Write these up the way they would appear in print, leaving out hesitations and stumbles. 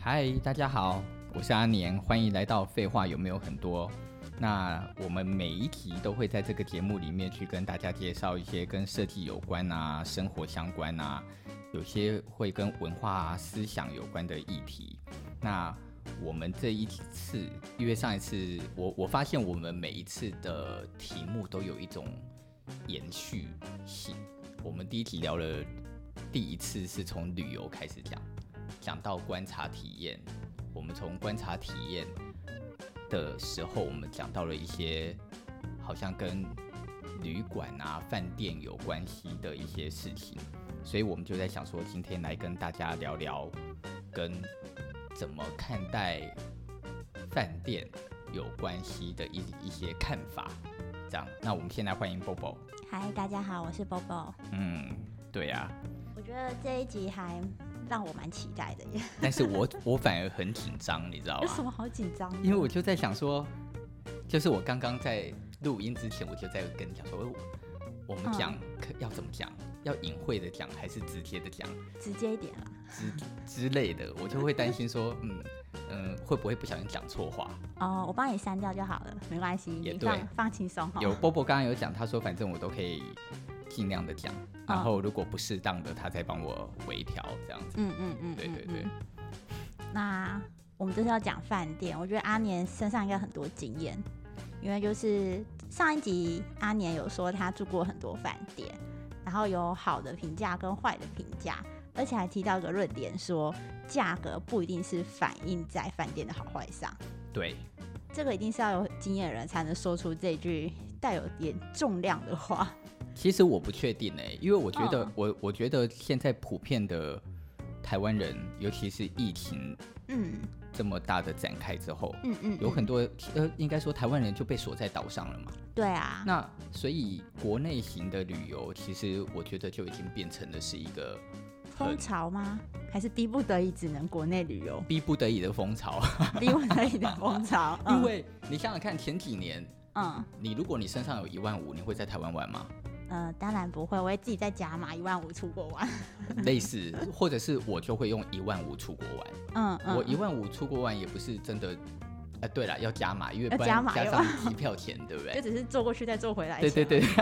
嗨，大家好，我是阿年，欢迎来到废话有没有很多。那我们每一集都会在这个节目里面去跟大家介绍一些跟设计有关啊、生活相关啊，有些会跟文化、思想有关的议题。那我们这一次，因为上一次我发现我们每一次的题目都有一种延续性。我们第一集聊了，第一次是从旅游开始讲到观察体验。我们从观察体验的时候，我们讲到了一些好像跟旅馆啊、饭店有关系的一些事情，所以我们就在想说，今天来跟大家聊聊跟怎么看待饭店有关系的一些看法。这样，那我们先来欢迎 Bobo。 嗨，大家好，我是 Bobo。 对啊， 我觉得这一集还让我蛮期待的耶。 但是我反而很紧张，你知道吗？ 有什么好紧张的？ 因为我就在想说，就是我刚刚在录音之前，我就在跟你讲说，我们讲要怎么讲，要隐晦的讲还是直接的讲， 直接一点啦之类的，我就会担心说，会不会不小心讲错话？ 哦，我帮你删掉就好了，没关系，你放轻松。 有 Bobo 刚刚有讲，他说反正我都可以尽量的讲，然后如果不适当的，他再帮我微调这样子。对。 那我们这是要讲饭店，我觉得阿年身上应该很多经验，因为就是上一集阿年有说他住过很多饭店，然后有好的评价跟坏的评价，而且还提到一个论点说，价格不一定是反映在饭店的好坏上。 对， 这个一定是要有经验的人才能说出这句带有点重量的话。 其实我不确定因为我觉得、我觉得现在普遍的台湾人，尤其是疫情这么大的展开之后，有很多应该说台湾人就被锁在岛上了嘛。 对啊。 那所以国内型的旅游，其实我觉得就已经变成了是一个风潮吗？还是逼不得已只能国内旅游？ 逼不得已的风潮。 逼不得已的风潮。 因为你想想看，前几年，如果你身上有15000，你会在台湾玩吗？ 当然不会，我会自己在家嘛，15000出国玩。 类似，或者是我就会用15000出国玩。我15000出国玩也不是真的。对了，要加码，因为不然加上机票钱，对不对？ 就只是坐过去再坐回来。 对。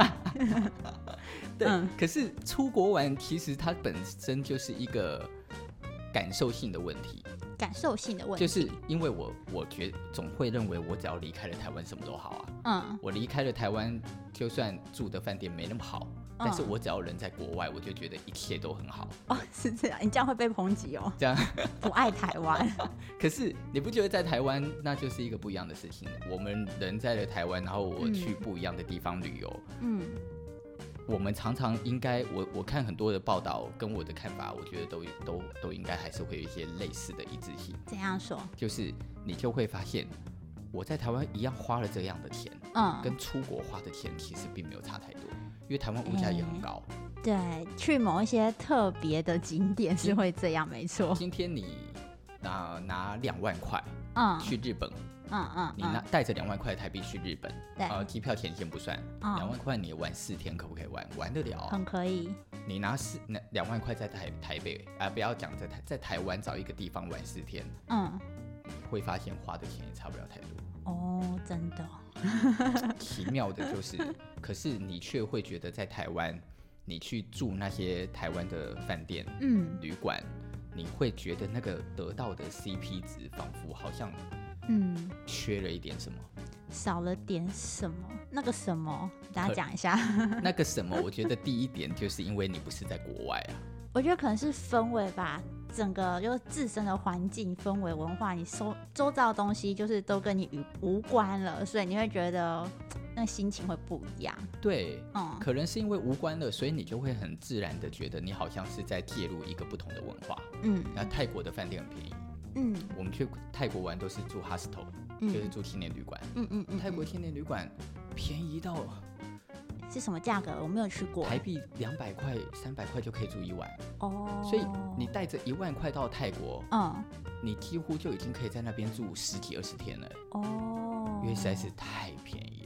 对，可是出国玩其实它本身就是一个感受性的问题。 感受性的问题， 就是因为我总会认为我只要离开了台湾什么都好啊。我离开了台湾，就算住的饭店没那么好，但是我只要人在国外，我就觉得一切都很好。 是这样，你这样会被抨击哦。 这样不爱台湾。 可是你不觉得在台湾那就是一个不一样的事情？我们人在了台湾，然后我去不一样的地方旅游，我们常常应该，我看很多的报道跟我的看法，我觉得都应该还是会有一些类似的一致性。 怎样说？ 就是你就会发现，我在台湾一样花了这样的钱，跟出国花的钱其实并没有差太多，因为台湾物价也很高。 对，去某一些特别的景点是会这样，没错。 今天你拿2万块去日本。你带着2万块台币去日本，机票钱先不算，2万块你玩4天可不可以玩？玩得了啊？ 很可以。 你拿2万块在台北不要讲在台湾找一个地方玩4天，会发现花的钱也差不了太多。 真的。 奇妙的就是，可是你却会觉得在台湾，你去住那些台湾的饭店、旅馆，你会觉得那个得到的 CP 值仿佛好像。缺了一点什么， 少了点什么，那个什么，大家讲一下。 那个什么，我觉得第一点就是因为你不是在国外啊。 我觉得可能是氛围吧，整个就是自身的环境、氛围、文化，你周遭的东西就是都跟你无关了，所以你会觉得那心情会不一样。 对，可能是因为无关了，所以你就会很自然的觉得你好像是在介入一个不同的文化。那泰国的饭店很便宜。我们去泰国玩都是住 hostel，就是住青年旅馆。泰国青年旅馆便宜到是什么价格？我没有去过。 台币200块、300块就可以住1晚。所以你带着1万块到泰国，你几乎就已经可以在那边住10几20天了。因为实在是太便宜了。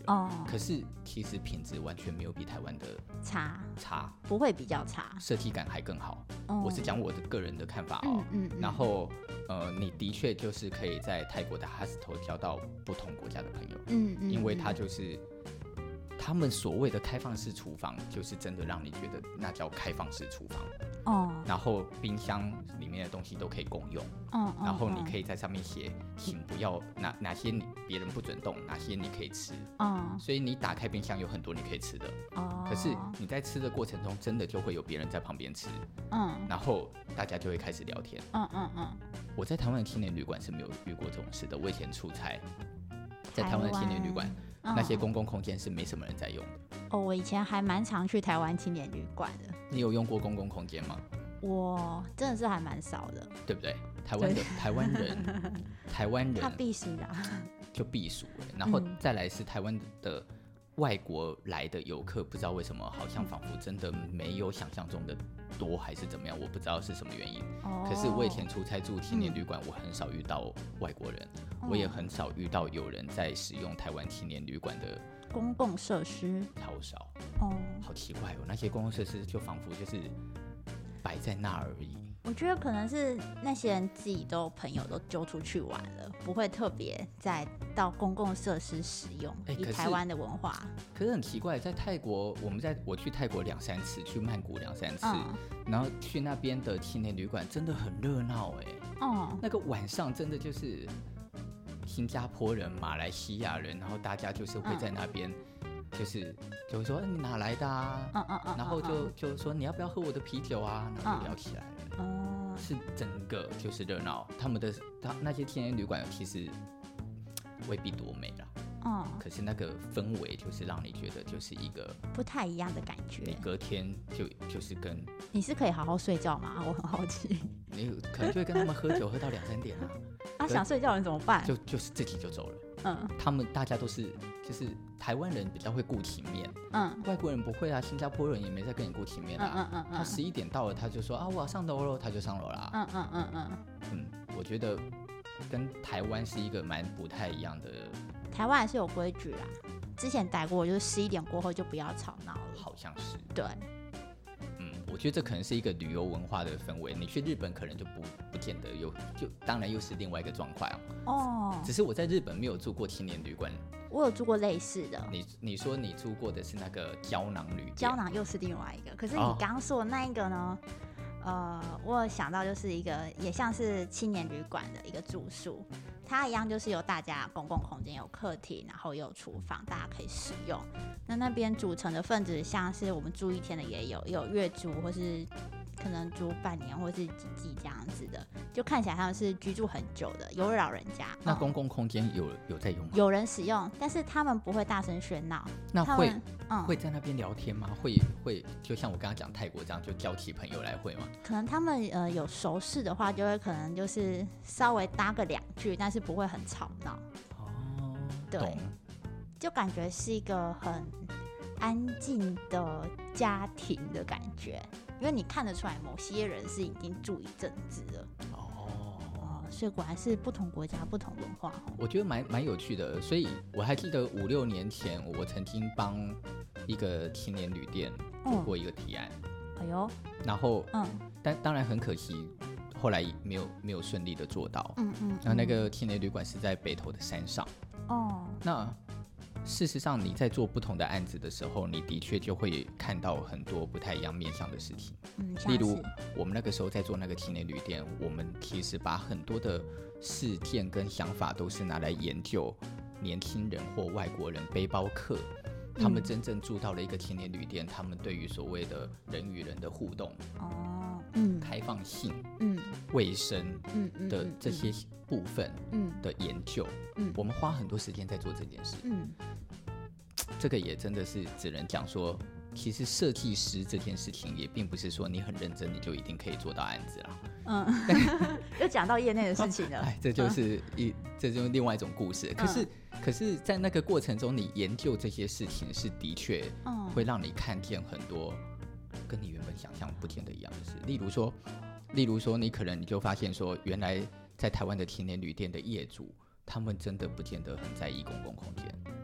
可是其实品质完全没有比台湾的差， 不会比较差， 设计感还更好。我是讲我的个人的看法然后你的确就是可以在泰国的 hostel 交到不同国家的朋友，因为它就是他们所谓的开放式厨房，就是真的让你觉得那叫开放式厨房。然后冰箱里面的东西都可以共用，然后你可以在上面写，请不要哪些别人不准动，哪些你可以吃，所以你打开冰箱有很多你可以吃的，可是你在吃的过程中，真的就会有别人在旁边吃，然后大家就会开始聊天，我在台湾的青年旅馆是没有遇过这种事的。我以前出差，在台湾的青年旅馆，那些公共空间是没什么人在用的。 我以前还蛮常去台湾青年旅馆的。 你有用过公共空间吗？ 我真的是还蛮少的， 对不对？台湾人他避暑啦， 就避暑，然后再来是台湾的外国来的游客，不知道为什么好像仿佛真的没有想象中的多，还是怎么样，我不知道是什么原因。可是我以前出差住青年旅馆，我很少遇到外国人，我也很少遇到有人在使用台湾青年旅馆的公共设施， 超少。好奇怪哦，那些公共设施就仿佛就是摆在那而已。 我觉得可能是那些人自己都朋友都揪出去玩了，不会特别再到公共设施使用。以台湾的文化， 可是很奇怪，在泰国，我去泰国2-3次，去曼谷2-3次，然后去那边的青年旅馆真的很热闹那个晚上真的就是新加坡人、马来西亚人，然后大家就是会在那边。就会说你哪来的然后就说你要不要喝我的啤酒啊，然后就聊起来了。是整个就是热闹，他那些青年旅馆其实未必多美啦，可是那个氛围就是让你觉得就是一个不太一样的感觉。 你隔天就是跟你是可以好好睡觉吗？我很好奇。 你可能就会跟他们喝酒喝到2-3点想睡觉人怎么办？ 就是自己就走了。他们大家都是就是台湾人比较会顾体面，外国人不会啊，新加坡人也没在跟你顾体面他11点到了，他就说我要上楼了，他就上楼啦。我觉得跟台湾是一个蛮不太一样的。 台湾还是有规矩啦，之前待过，就是11点过后就不要吵闹了， 好像是。 对。 我觉得这可能是一个旅游文化的氛围。你去日本可能就不见得有，就当然又是另外一个状况只是我在日本没有住过青年旅馆， 我有住过类似的。 你说你住过的是那个胶囊旅店， 胶囊又是另外一个。可是你刚刚说的那一个呢？我有想到就是一个也像是青年旅馆的一个住宿，它一样就是有大家公共空间，有客厅，然后也有厨房，大家可以使用。那边组成的分子，像是我们住1天的也有月租，或是可能租半年或是几季这样子的，就看起来他们是居住很久的，有老人家。 那公共空间有在用吗？ 有人使用，但是他们不会大声喧闹。 那会在那边聊天吗？会就像我刚刚讲泰国这样，就交起朋友来会吗？ 可能他们有熟识的话，就会可能就是稍微搭个2句，但是不会很吵闹。对，懂。就感觉是一个很安静的家庭的感觉，因为你看得出来某些人是已经住一阵子了。所以果然是不同国家不同文化。 我觉得蛮有趣的。所以我还记得5-6年前，我曾经帮一个青年旅店做过一个提案。然后但当然很可惜，后来没有顺利的做到。然后那个青年旅馆是在北投的山上。那事实上你在做不同的案子的时候，你的确就会看到很多不太一样面向的事情。例如我们那个时候在做那个青年旅店，我们其实把很多的事件跟想法都是拿来研究年轻人或外国人背包客，他们真正住到了一个青年旅店，他们对于所谓的人与人的互动，开放性，卫生的这些部分的研究，我们花很多时间在做这件事。这个也真的是只能讲说，其实设计师这件事情也并不是说你很认真你就一定可以做到案子啦。 又讲到业内的事情了。 这就是另外一种故事。可是在那个过程中，你研究这些事情是的确会让你看见很多跟你原本想象不见得一样的事。例如说你可能你就发现说，原来在台湾的青年旅店的业主，他们真的不见得很在意公共空间。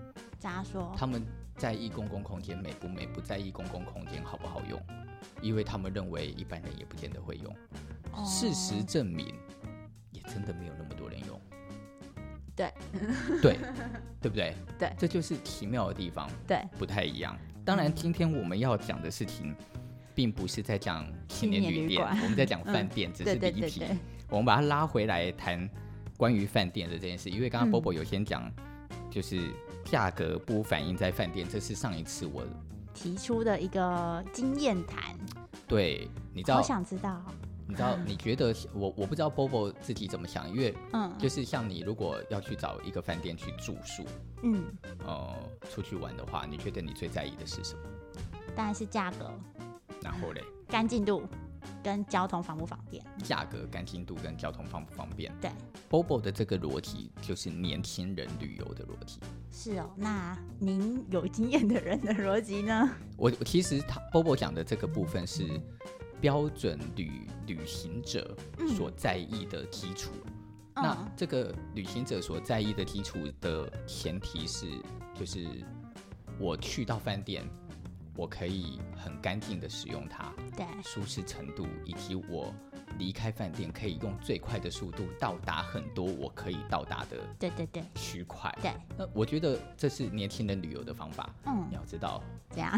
怎样说？ 他们在意公共空间美不美，不在意公共空间好不好用，因为他们认为一般人也不见得会用。事实证明，也真的没有那么多人用。 对对不对？ 对， 这就是奇妙的地方， 对， 不太一样。当然，今天我们要讲的事情，并不是在讲青年旅店，我们在讲饭店，只是离题。我们把它拉回来谈关于饭店的这件事，因为刚刚 Bobo 有先讲，就是价格不反映在饭店，这是上一次我提出的一个经验谈。 对，你知道， 好想知道。 你知道？你觉得我不知道 Bobo 自己怎么想，因为就是像你如果要去找一个饭店去住宿，出去玩的话，你觉得你最在意的是什么？ 当然是价格。 然后嘞？ 干净度跟交通方不方便？ 价格、干净度跟交通方不方便？ 对。 Bobo 的这个逻辑就是年轻人旅游的逻辑。 是哦，那您有经验的人的逻辑呢？ 我其实Bobo 讲的这个部分是标准旅行者所在意的基础。那这个旅行者所在意的基础的前提是，就是我去到饭店，我可以很干净的使用它， 对， 舒适程度，以及我离开饭店可以用最快的速度到达很多我可以到达的区块。 对， 那我觉得这是年轻人旅游的方法。你要知道， 这样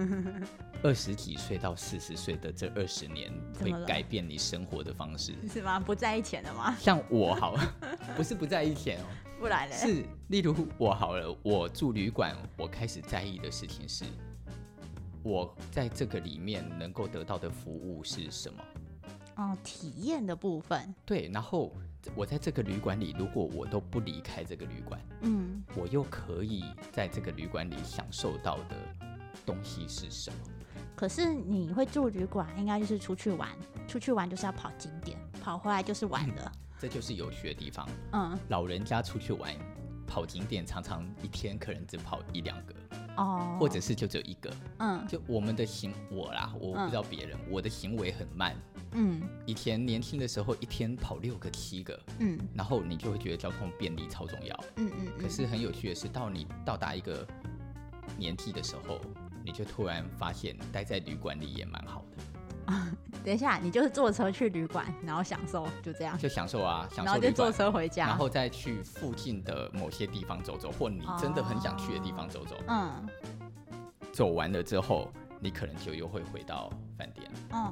20几岁到40岁的这20年会改变你生活的方式， 是吗？不在意钱了吗？ 像我好了，不是不在意钱哦， 不然呢？ 是例如我好了，我住旅馆，我开始在意的事情是，我在这个里面能够得到的服务是什么？ 体验的部分。 对，然后我在这个旅馆里，如果我都不离开这个旅馆，我又可以在这个旅馆里享受到的东西是什么？ 可是你会住旅馆，应该就是出去玩，出去玩就是要跑景点，跑回来就是玩了。 这就是有趣的地方。老人家出去玩，跑景点常常一天可能只跑1-2个。或者是就只有一个。就我们的我啦，我不知道别人，我的行为很慢。以前年轻的时候，一天跑6个、7个。然后你就会觉得交通便利超重要。可是很有趣的是，你到达一个年纪的时候，你就突然发现，待在旅馆里也蛮好的。 等一下，你就是坐车去旅馆，然后享受，就这样， 就享受啊，享受， 然后就坐车回家， 然后再去附近的某些地方走走，或你真的很想去的地方走走。走完了之后，你可能就又会回到饭店。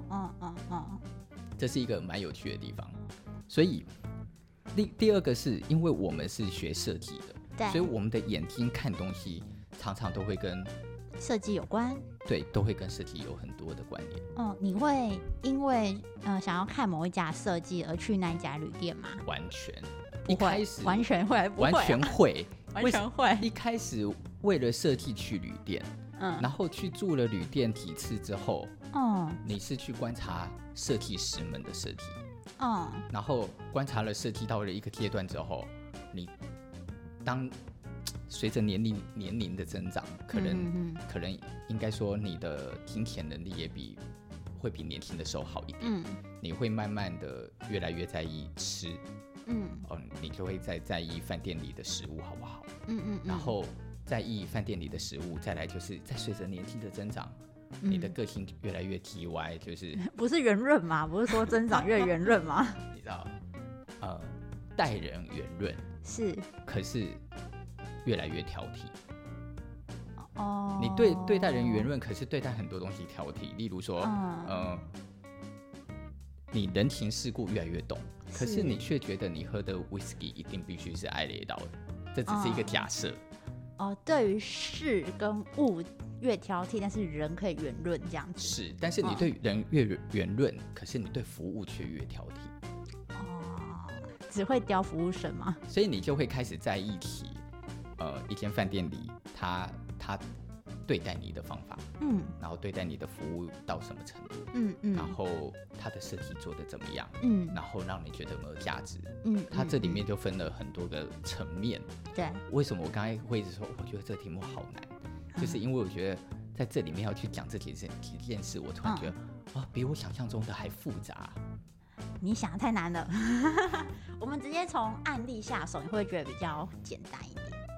这是一个蛮有趣的地方。所以第二个是因为我们是学设计的，所以我们的眼睛看东西常常都会跟设计有关。 对，都会跟设计有很多的关联。 你会因为想要看某一家设计而去那一家旅店吗？ 完全不会，一开始完全会，不会、 完全会， 完全会。 一开始为了设计去旅店，然后去住了旅店几次之后，你是去观察设计师们的设计，然后观察了设计到了一个阶段之后，你随着年龄的增长，可能应该说你的金钱能力也会比年轻的时候好一点。你会慢慢的越来越在意吃，你就会在意饭店里的食物好不好？然后在意饭店里的食物，再来就是在随着年纪的增长，你的个性越来越 TY，就是不是圆润吗？不是说增长越圆润吗？ 你知道，待人圆润是， 可是越来越挑剔。你对待人圆润，可是对待很多东西挑剔。例如说，你人情世故越来越懂，可是你却觉得你喝的 whisky 一定必须是艾雷岛的，这只是一个假设。 对于事跟物越挑剔，但是人可以圆润这样子。 是，但是你对人越圆润，可是你对服务却越挑剔。 只会雕服务生吗？ 所以你就会开始在意起，一间饭店里他对待你的方法，然后对待你的服务到什么程度，然后他的设计做得怎么样，然后让你觉得有没有价值，它这里面就分了很多个层面。 对， 为什么我刚才会一直说，我觉得这个题目好难，就是因为我觉得在这里面要去讲这几件事，我突然觉得比我想象中的还复杂。 你想的太难了，我们直接从案例下手，你会觉得比较简单一点。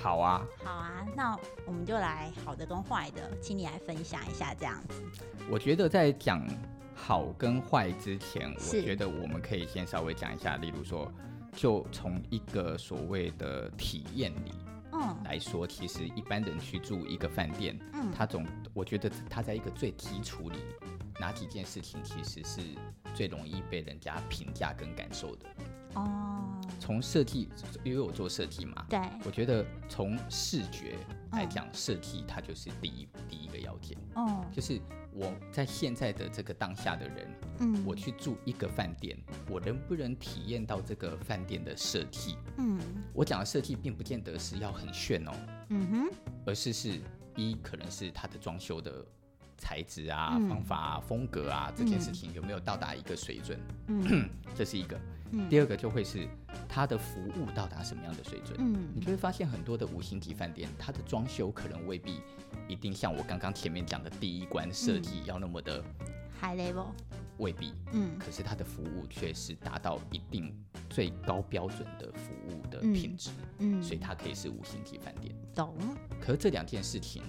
好啊， 好啊，那我们就来好的跟坏的，请你来分享一下这样子。 我觉得在讲好跟坏之前，我是觉得我们可以先稍微讲一下，例如说，就从一个所谓的体验里来说，其实一般人去住一个饭店，我觉得他在一个最基础里，哪几件事情其实是最容易被人家评价跟感受的。从设计，因为我做设计嘛， 对， 我觉得从视觉来讲，设计它就是第一个要件。就是我在现在的这个当下的人，我去住一个饭店，我能不能体验到这个饭店的设计？我讲的设计并不见得是要很炫哦，而是可能是它的装修的材质啊、方法啊、风格啊，这件事情有没有到达一个水准？这是一个。第二个就会是它的服务到达什么样的水准？你就会发现很多的五星级饭店，它的装修可能未必一定像我刚刚前面讲的第一关设计要那么的 high level， 未必。可是它的服务却是达到一定最高标准的服务的品质，所以它可以是五星级饭店。 懂。 可是这两件事情，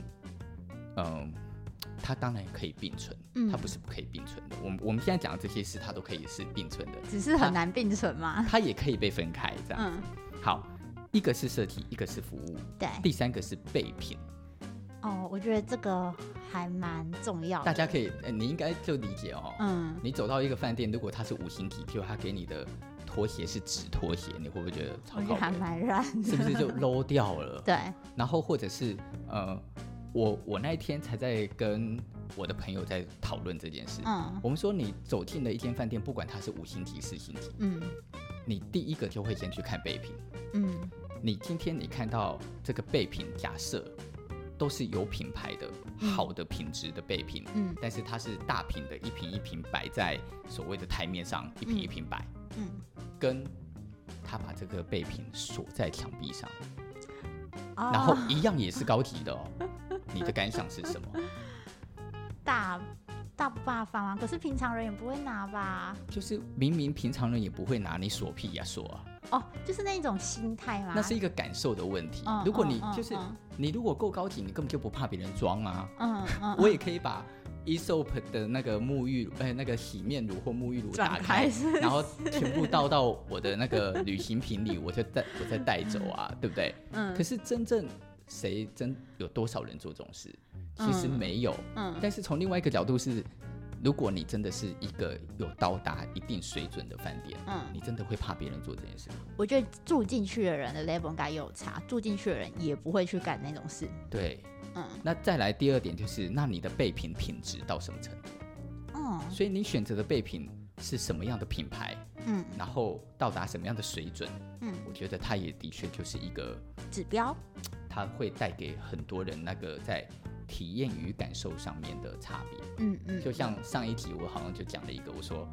它当然可以并存，它不是不可以并存的。我们现在讲的这些事，它都可以是并存的， 只是很难并存吗？ 它也可以被分开，这样。好，一个是设计，一个是服务， 对， 第三个是备品。 我觉得这个还蛮重要的。 大家可以，你应该就理解哦。你走到一个饭店，如果它是五星级，就他给你的拖鞋是纸拖鞋，你会不会觉得超靠北？ 我觉得还蛮烂的， 是不是就 low 掉了？ 对。 然后或者是我那一天才在跟我的朋友在讨论这件事。我们说你走进了一间饭店，不管它是5星级、4星级，你第一个就会先去看备品。你今天你看到这个备品，假设都是有品牌的、好的品质的备品，但是它是大瓶的，一瓶一瓶摆在所谓的台面上，一瓶一瓶摆，跟他把这个备品锁在墙壁上，然后一样也是高级的哦。你的感想是什么？ 大不大方啊？可是平常人也不会拿吧？ 就是明明平常人也不会拿，你锁屁呀锁啊！ 就是那种心态嘛。 那是一个感受的问题。如果你你如果够高级，你根本就不怕别人装啊。我也可以把 Aesop 的那个沐浴那个洗面乳或沐浴乳打开，然后全部倒到我的那个旅行瓶里，我再带走啊，对不对？可是真正有多少人做这种事？其实没有。但是从另外一个角度是，如果你真的是一个有到达一定水准的饭店，你真的会怕别人做这件事吗？ 我觉得住进去的人的 level 应该有差，住进去的人也不会去干那种事。 对。那再来第二点就是，那你的备品品质到什么程度？所以你选择的备品是什么样的品牌？然后到达什么样的水准？我觉得它也的确就是一个指标， 它会带给很多人那个在体验与感受上面的差别。就像上一集我好像就讲了一个，我说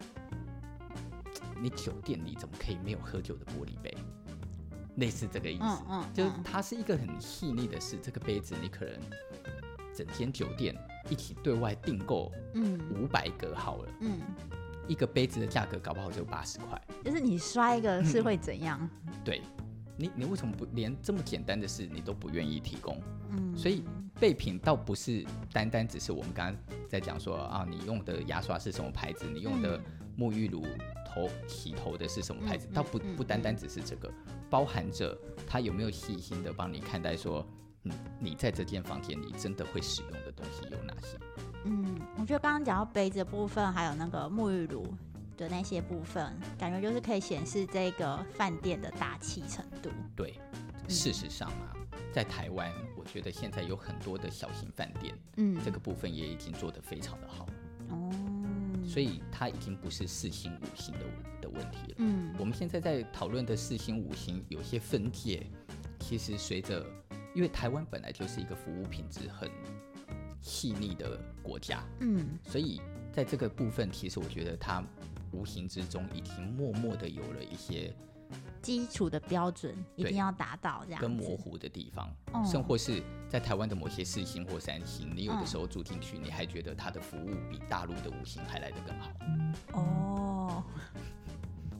你酒店里怎么可以没有喝酒的玻璃杯？类似这个意思。就是它是一个很细腻的事。这个杯子你可能整间酒店一起对外订购500个好了，一个杯子的价格搞不好就80块。 就是你摔一个是会怎样？ 对，你为什么不连这么简单的事你都不愿意提供？所以备品倒不是单单只是我们刚刚在讲说你用的牙刷是什么牌子，你用的沐浴乳洗头的是什么牌子，倒不单单只是这个，包含着他有没有细心的帮你看待说，你在这间房间里真的会使用的东西有哪些？ 我觉得刚刚讲到杯子的部分，还有那个沐浴乳的那些部分，感觉就是可以显示这个饭店的大气程度。 对，事实上在台湾，我觉得现在有很多的小型饭店，这个部分也已经做得非常的好。所以它已经不是4星5星的问题了。我们现在在讨论的4星5星有些分界，其实随着，因为台湾本来就是一个服务品质很细腻的国家，所以在这个部分，其实我觉得它无形之中已经默默的有了一些基础的标准一定要达到，这样子跟模糊的地方，甚或是在台湾的某些4星或3星，你有的时候住进去，你还觉得它的服务比大陆的5星还来得更好。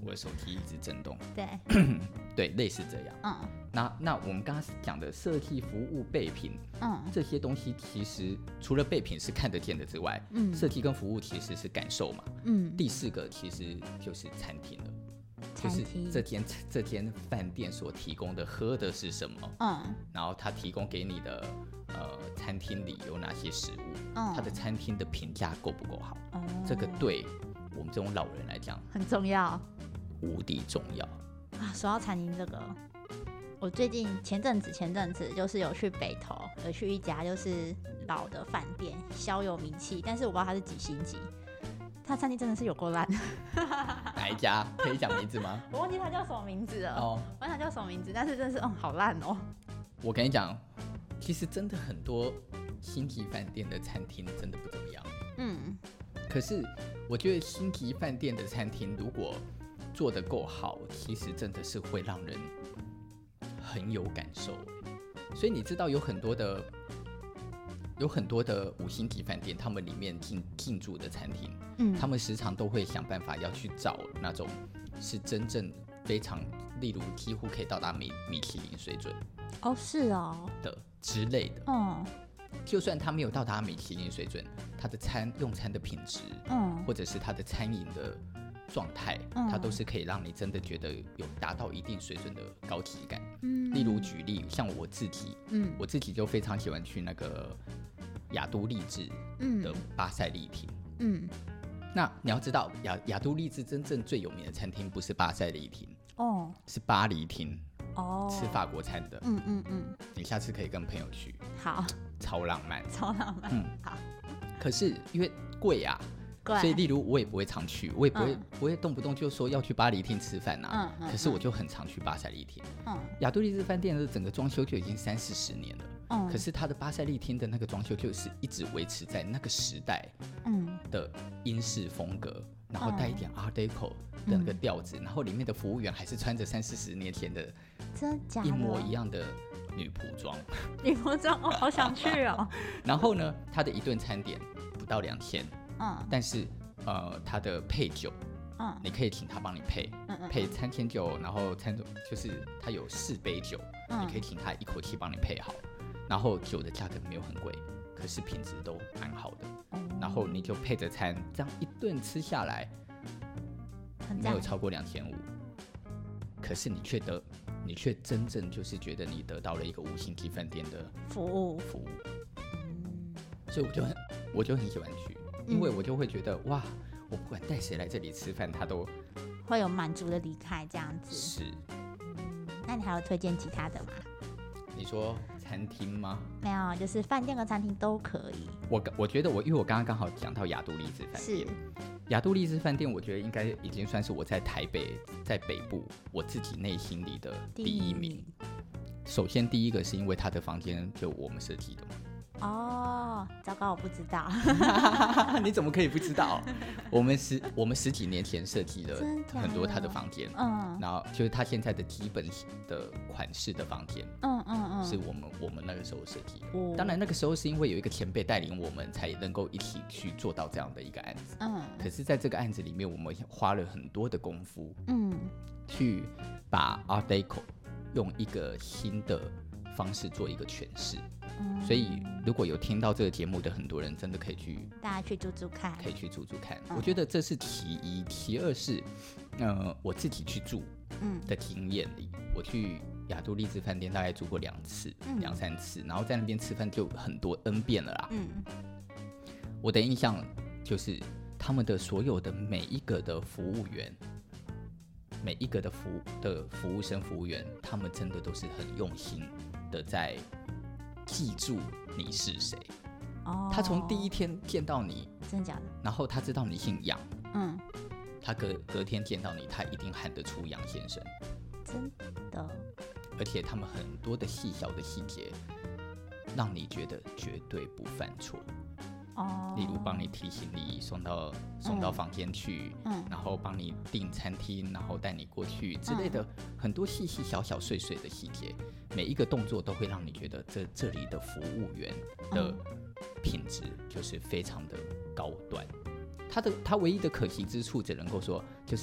我的手机一直震动。 对对，类似这样。那我们刚刚讲的设计、服务、备品，这些东西其实除了备品是看得见的之外，设计跟服务其实是感受嘛。第4个其实就是餐厅了。就是这间饭店所提供的喝的是什么，然后他提供给你的餐厅里有哪些食物，他的餐厅的评价够不够好，这个对我们这种老人来讲很重要， 无敌重要啊。说到餐厅这个，我最近前阵子就是有去北投，有去一家就是老的饭店，小有名气，但是我不知道它是几星级。他餐厅真的是有够烂。 哪一家可以讲名字吗？ 我忘记他叫什么名字了。我忘记他叫什么名字，但是真的是好烂哦。 我跟你讲，其实真的很多星级饭店的餐厅真的不怎么样。可是我觉得星级饭店的餐厅如果做得够好，其实真的是会让人很有感受。所以你知道有很多的5星级饭店，他们里面进驻的餐厅，他们时常都会想办法要去找那种是真正非常，例如几乎可以到达米其林水准是哦的之类的。就算他没有到达米其林水准，他的用餐的品质，或者是他的餐饮的状态，它都是可以让你真的觉得有达到一定水准的高级感。例如举例，像我自己就非常喜欢去那个雅都丽致的巴塞利厅。那你要知道，雅都丽致真正最有名的餐厅不是巴塞利厅，是巴黎厅，吃法国餐的。你下次可以跟朋友去， 好， 超浪漫。 好。 可是因为贵啊，所以例如我也不会常去，我也不会动不动就说要去巴黎厅吃饭啊。可是我就很常去巴塞利厅。雅都丽致饭店的整个装修就已经30-40年了。可是它的巴塞利厅的那个装修就是一直维持在那个时代的英式风格，然后带一点 Art Deco 的那个调子，然后里面的服务员还是穿着30-40年前的一模一样的女仆装。 女仆装，好想去哦。 然后呢，它的一顿餐点不到2000，但是它的配酒，你可以请他帮你配餐前酒，然后就是它有4杯酒，你可以请他一口气帮你配好。然后酒的价格没有很贵，可是品质都蛮好的。然后你就配着餐，这样一顿吃下来，没有超过2500，可是你却真正就是觉得你得到了一个5星级饭店的服务。所以我就很喜欢去，因为我就会觉得哇，我不管带谁来这里吃饭，他都会有满足的离开这样子。 是。 那你还有推荐其他的吗？ 你说餐厅吗？ 没有，就是饭店和餐厅都可以。 我觉得因为我刚好讲到雅都丽致饭店，雅都丽致饭店，我觉得应该已经算是我在台北，在北部我自己内心里的第一名。首先第一个是因为他的房间就我们设计的。 糟糕，我不知道。 你怎么可以不知道？我们10几年前设计了很多他的房间，然后就是他现在的基本的款式的房间，是我们那个时候设计的。当然那个时候是因为有一个前辈带领我们，才能够一起去做到这样的一个案子。可是在这个案子里面，我们花了很多的功夫，去把 Art Deco 用一个新的方式做一个诠释。所以如果有听到这个节目的很多人，真的可以去大家去住住看， 可以去住住看。我觉得这是其一，其二是我自己去住的经验里，我去雅都丽致饭店大概住过2次、2-3次，然后在那边吃饭就很多 N 遍了啦。我的印象就是他们的所有的每一个的服务员，每一个的服务生、服务员，他们真的都是很用心的在记住你是谁。他从第一天见到你， 真的假的？ 然后他知道你姓杨，他隔天见到你，他一定喊得出杨先生。 真的。 而且他们很多的细小的细节，让你觉得绝对不犯错。例如帮你提行李送到房间去，然后帮你订餐厅，然后带你过去之类的，很多细细小小碎碎的细节，每一个动作都会让你觉得这里的服务员的品质就是非常的高端。他唯一的可惜之处只能够说，就是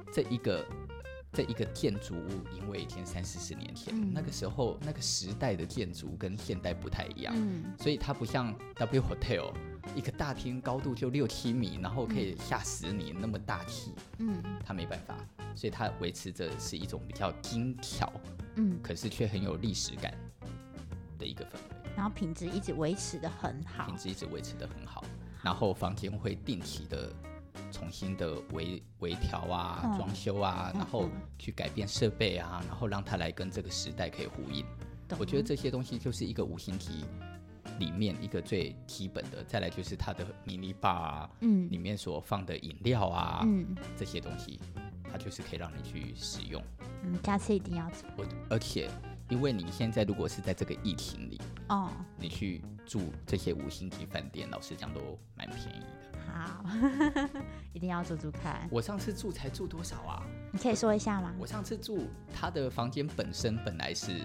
这一个建筑物，因为已经30-40年前，那个时候那个时代的建筑跟现代不太一样，所以它不像 W Hotel 一个大厅高度就6-7米，然后可以下10你那么大气，它没办法，所以它维持着是一种比较精巧，可是却很有历史感的一个氛围， 然后品质一直维持的很好， 然后房间会定期的重新的微调啊，装修啊，然后去改变设备啊，然后让它来跟这个时代可以呼应。我觉得这些东西就是一个五星级里面一个最基本的，再来就是它的迷你bar啊，里面所放的饮料啊，这些东西，它就是可以让你去使用。 下次一定要做。 而且因为你现在如果是在这个疫情里，你去住这些五星级饭店，老实讲都蛮便宜的。 好，一定要住住看。 我上次住才住多少啊？ 你可以说一下吗？ 我上次住他的房间本身本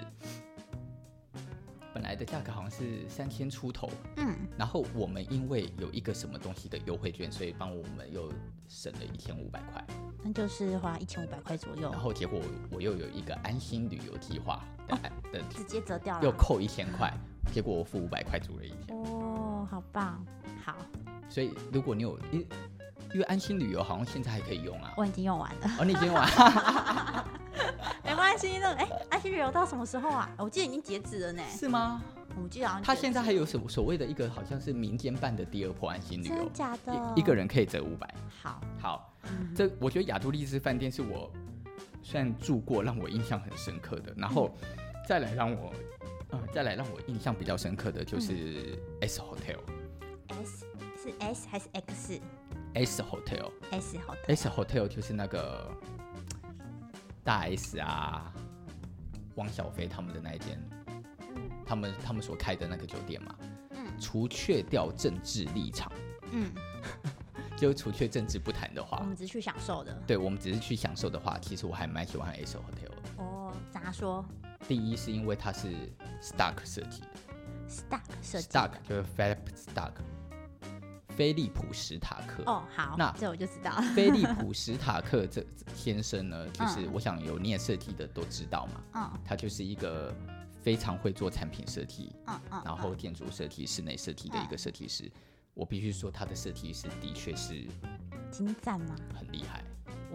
来的价格好像是3000出头，然后我们因为有一个什么东西的优惠券，所以帮我们又省了1500块， 那就是花1500块左右。 然后结果我又有一个安心旅游计划的直接折掉了， 又扣1000块，结果我付500块住了1天。 好棒，好。 所以如果你有，因为安心旅游好像现在还可以用啊。 我已经用完了。 你已经用完没关系的。安心旅游到什么时候啊？我记得已经截止了呢。 是吗？ 我记得好像他现在还有所谓的一个好像是民间办的第2波安心旅游， 真的假的？ 一个人可以折500。 好， 这我觉得亚都丽丝饭店是我虽然住过让我印象很深刻的，然后再来让我印象比较深刻的就是 S Hotel。S 是 S 还是 X？S Hotel。S Hotel 就是那个大 S 啊，汪小菲他们的那一间，他们所开的那个酒店嘛。除却掉政治立场，就除却政治不谈的话， 我们只是去享受的。 对，我们只是去享受的话，其实我还蛮喜欢 S Hotel 的。 咋说？ 第一是因为它是 Stark 设计的。Stark 就是 Philip Stark。菲利普史塔克。 好，那这我就知道。 菲利普史塔克这先生呢，就是我想有念设计的都知道嘛，他就是一个非常会做产品设计，然后建筑设计、室内设计的一个设计师。我必须说，他的设计师的确是精湛吗？ 很厉害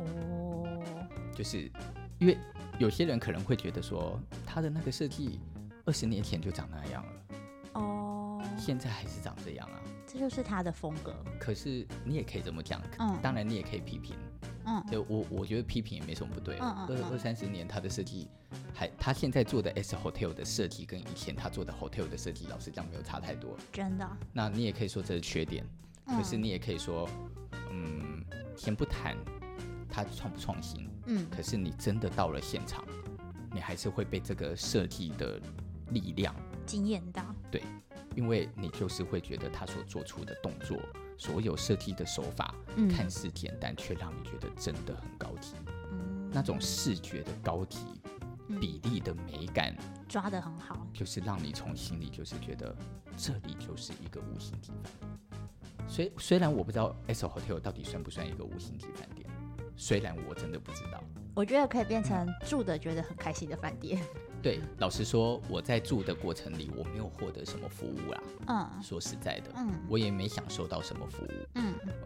就是因为有些人可能会觉得说，他的那个设计20年前就长那样了，现在还是长这样啊。 这就是他的风格。 可是你也可以这么讲，当然你也可以批评，就我觉得批评也没什么不对。20-30年他的设计，他现在做的 S Hotel 的设计跟以前他做的 Hotel 的设计，老实讲没有差太多。 真的。 那你也可以说这是缺点，可是你也可以说，先不谈他创不创新，可是你真的到了现场，你还是会被这个设计的力量惊艳到。 对。因为你就是会觉得他所做出的动作，所有设计的手法，看似简单，却让你觉得真的很高级。那种视觉的高级，比例的美感抓得很好， 就是让你从心里就是觉得这里就是一个五星级饭店。虽然我不知道 S Hotel 到底算不算一个五星级饭店，虽然我真的不知道， 我觉得可以变成住的觉得很开心的饭店。 对，老实说，我在住的过程里，我没有获得什么服务啦。说实在的，我也没享受到什么服务。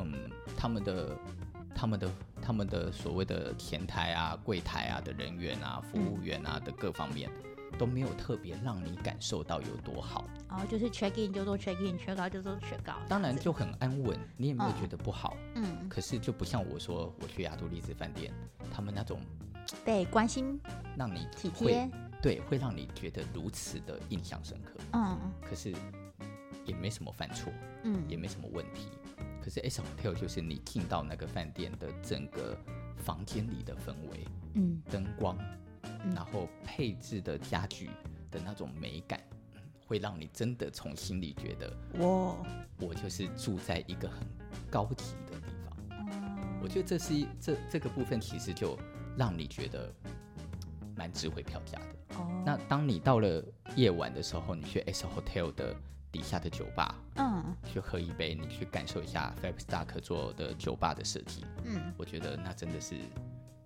他们的所谓的前台啊、柜台啊的人员啊、服务员啊的各方面，都没有特别让你感受到有多好。 就是 check in 就做 check in，check out 就做 check out， 当然就很安稳，你也没有觉得不好。可是就不像我说我去亚都丽丝饭店，他们那种被关心、 让你体贴。 对，会让你觉得如此的印象深刻。可是也没什么犯错，也没什么问题。可是 S Hotel 就是你进到那个饭店的整个房间里的氛围，灯光，然后配置的家具的那种美感，会让你真的从心里觉得，我就是住在一个很高级的地方。我觉得这个部分其实就让你觉得蛮值回票价的。那当你到了夜晚的时候，你去 S Hotel 的底下的酒吧，去喝一杯，你去感受一下 Philip Stark 做的酒吧的设计，我觉得那真的是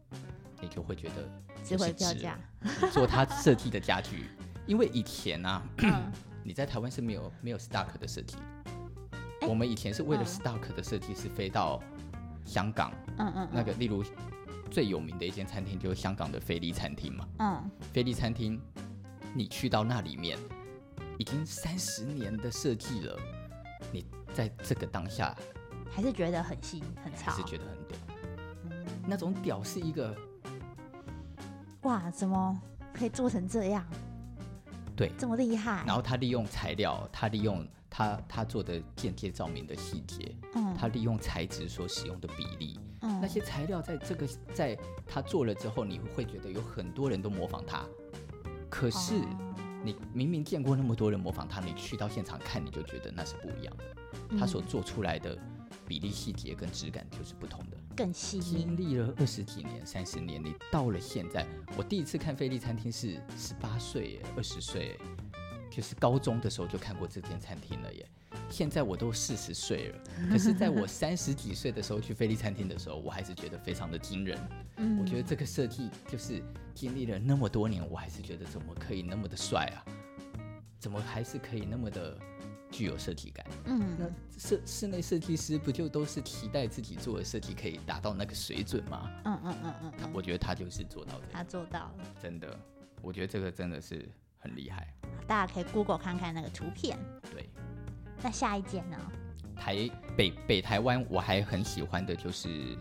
你就会觉得值回票价。 做他设计的家具，因为以前啊，你在台湾是没有 Stark 的设计，我们以前是为了 Stark 的设计是飞到香港，那个例如最有名的一间餐厅就是香港的菲力餐厅嘛，菲力餐厅，你去到那里面，已经30年的设计了，你在这个当下还是觉得很新很潮， 还是觉得很屌，那种屌是一个， 哇，怎么可以做成这样？ 对， 这么厉害。然后他利用材料，他利用他做的间接照明的细节，他利用材质所使用的比例，那些材料在他做了之后，你会觉得有很多人都模仿他，可是你明明见过那么多人模仿他，你去到现场看，你就觉得那是不一样的，他所做出来的比例细节跟质感就是不同的， 更细腻。 经历了20几年、30年，你到了现在，我第一次看菲力餐厅是18岁、20岁，就是高中的时候就看过这间餐厅了耶。现在我都40岁了，可是在我30几岁的时候去菲力餐厅的时候，我还是觉得非常的惊人。我觉得这个设计就是经历了那么多年，我还是觉得怎么可以那么的帅啊？怎么还是可以那么的具有设计感？那室内设计师不就都是期待自己做的设计可以达到那个水准吗？我觉得他就是做到这个， 他做到了， 真的，我觉得这个真的是很厉害。 大家可以 Google 看看那个图片。 对， 那下一间呢？ 北台湾我还很喜欢的就是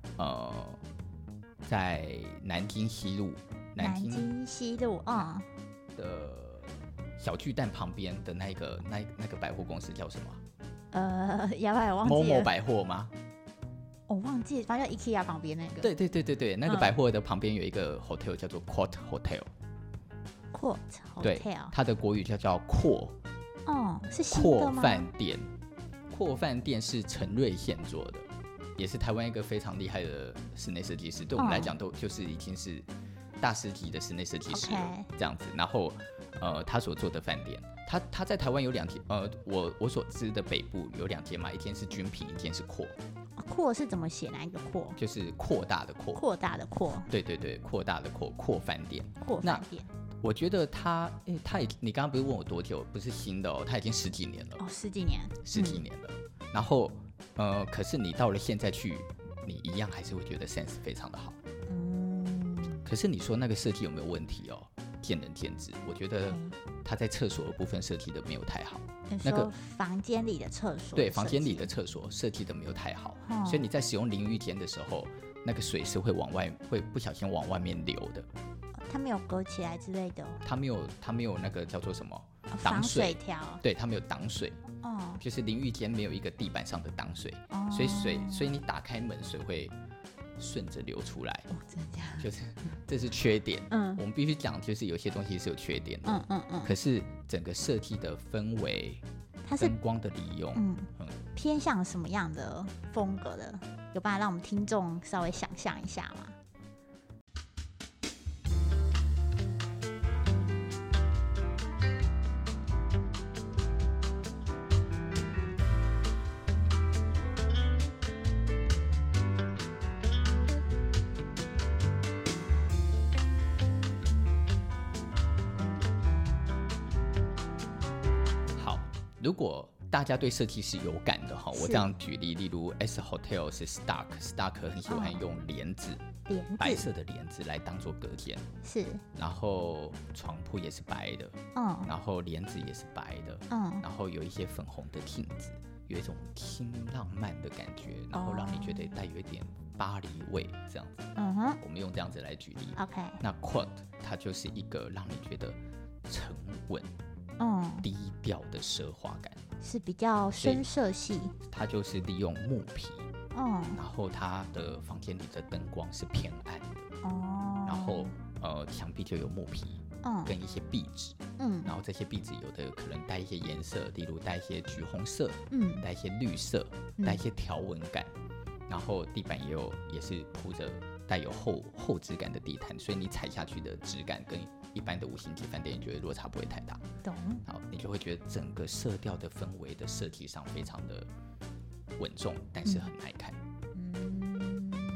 在南京西路， 南京西路的小巨蛋旁边的那个百货公司叫什么？ 要不然我忘记了。 某百货吗？ 我忘记，反正 IKEA 旁边那个。 对，那个百货的旁边有一个 hotel 叫做 Court Hotel。Court Hotel。对，它的国语叫阔。 是新的吗？ 阔饭店。阔饭店是陈瑞宪做的，也是台湾一个非常厉害的室内设计师，对我们来讲都就是已经是大师级的室内设计师了，这样子。然后他所做的饭店，他在台湾有2间，我所知的北部有2间嘛，一间是军品，一间是阔。 阔是怎么写？哪一个阔？ 就是扩大的扩。 扩大的扩。对， 扩大的扩，阔饭店。 阔饭店。 我觉得你刚刚不是问我多久？不是新的他已经10几年了。 10几年。 10几年了。然后可是你到了现在去，你一样还是会觉得 sense 非常的好。可是你说那个设计有没有问题见仁见智。我觉得他在厕所的部分设计的没有太好。 那个房间里的厕所。 对，房间里的厕所设计的没有太好，所以你在使用淋浴间的时候，那个水是会不小心往外面流的。 它没有隔起来之类的。 它没有那个叫做什么挡水条。 对，它没有挡水。就是淋浴间没有一个地板上的挡水，所以你打开门，水会顺着流出来。 真的假的？ 就是这是缺点。我们必须讲，就是有些东西是有缺点的。可是整个设计的氛围，它是灯光的利用， 偏向什么样的风格的？有办法让我们听众稍微想象一下吗？ 如果大家对设计是有感的我这样举例，例如 S Hotel 是 Stark 很喜欢用帘子，白色的帘子来当做隔间， 是。 然后床铺也是白的，然后帘子也是白的，然后有一些粉红的镜子，有一种轻浪漫的感觉，然后让你觉得带有一点巴黎味这样子。我们用这样子来举例。 OK。 那 Court 它就是一个让你觉得沉稳。低调的奢华感， 是比较深色系。 它就是利用木皮，然后它的房间里的灯光是偏暗的，然后墙壁就有木皮，跟一些壁纸，然后这些壁纸有的可能带一些颜色，例如带一些橘红色，带一些绿色，带一些条纹感，然后地板也是铺着带有厚质感的地毯，所以你踩下去的质感跟一般的5星级饭店，你觉得落差不会太大。 懂。 好，你就会觉得整个色调的氛围的设计上非常的稳重，但是很耐看。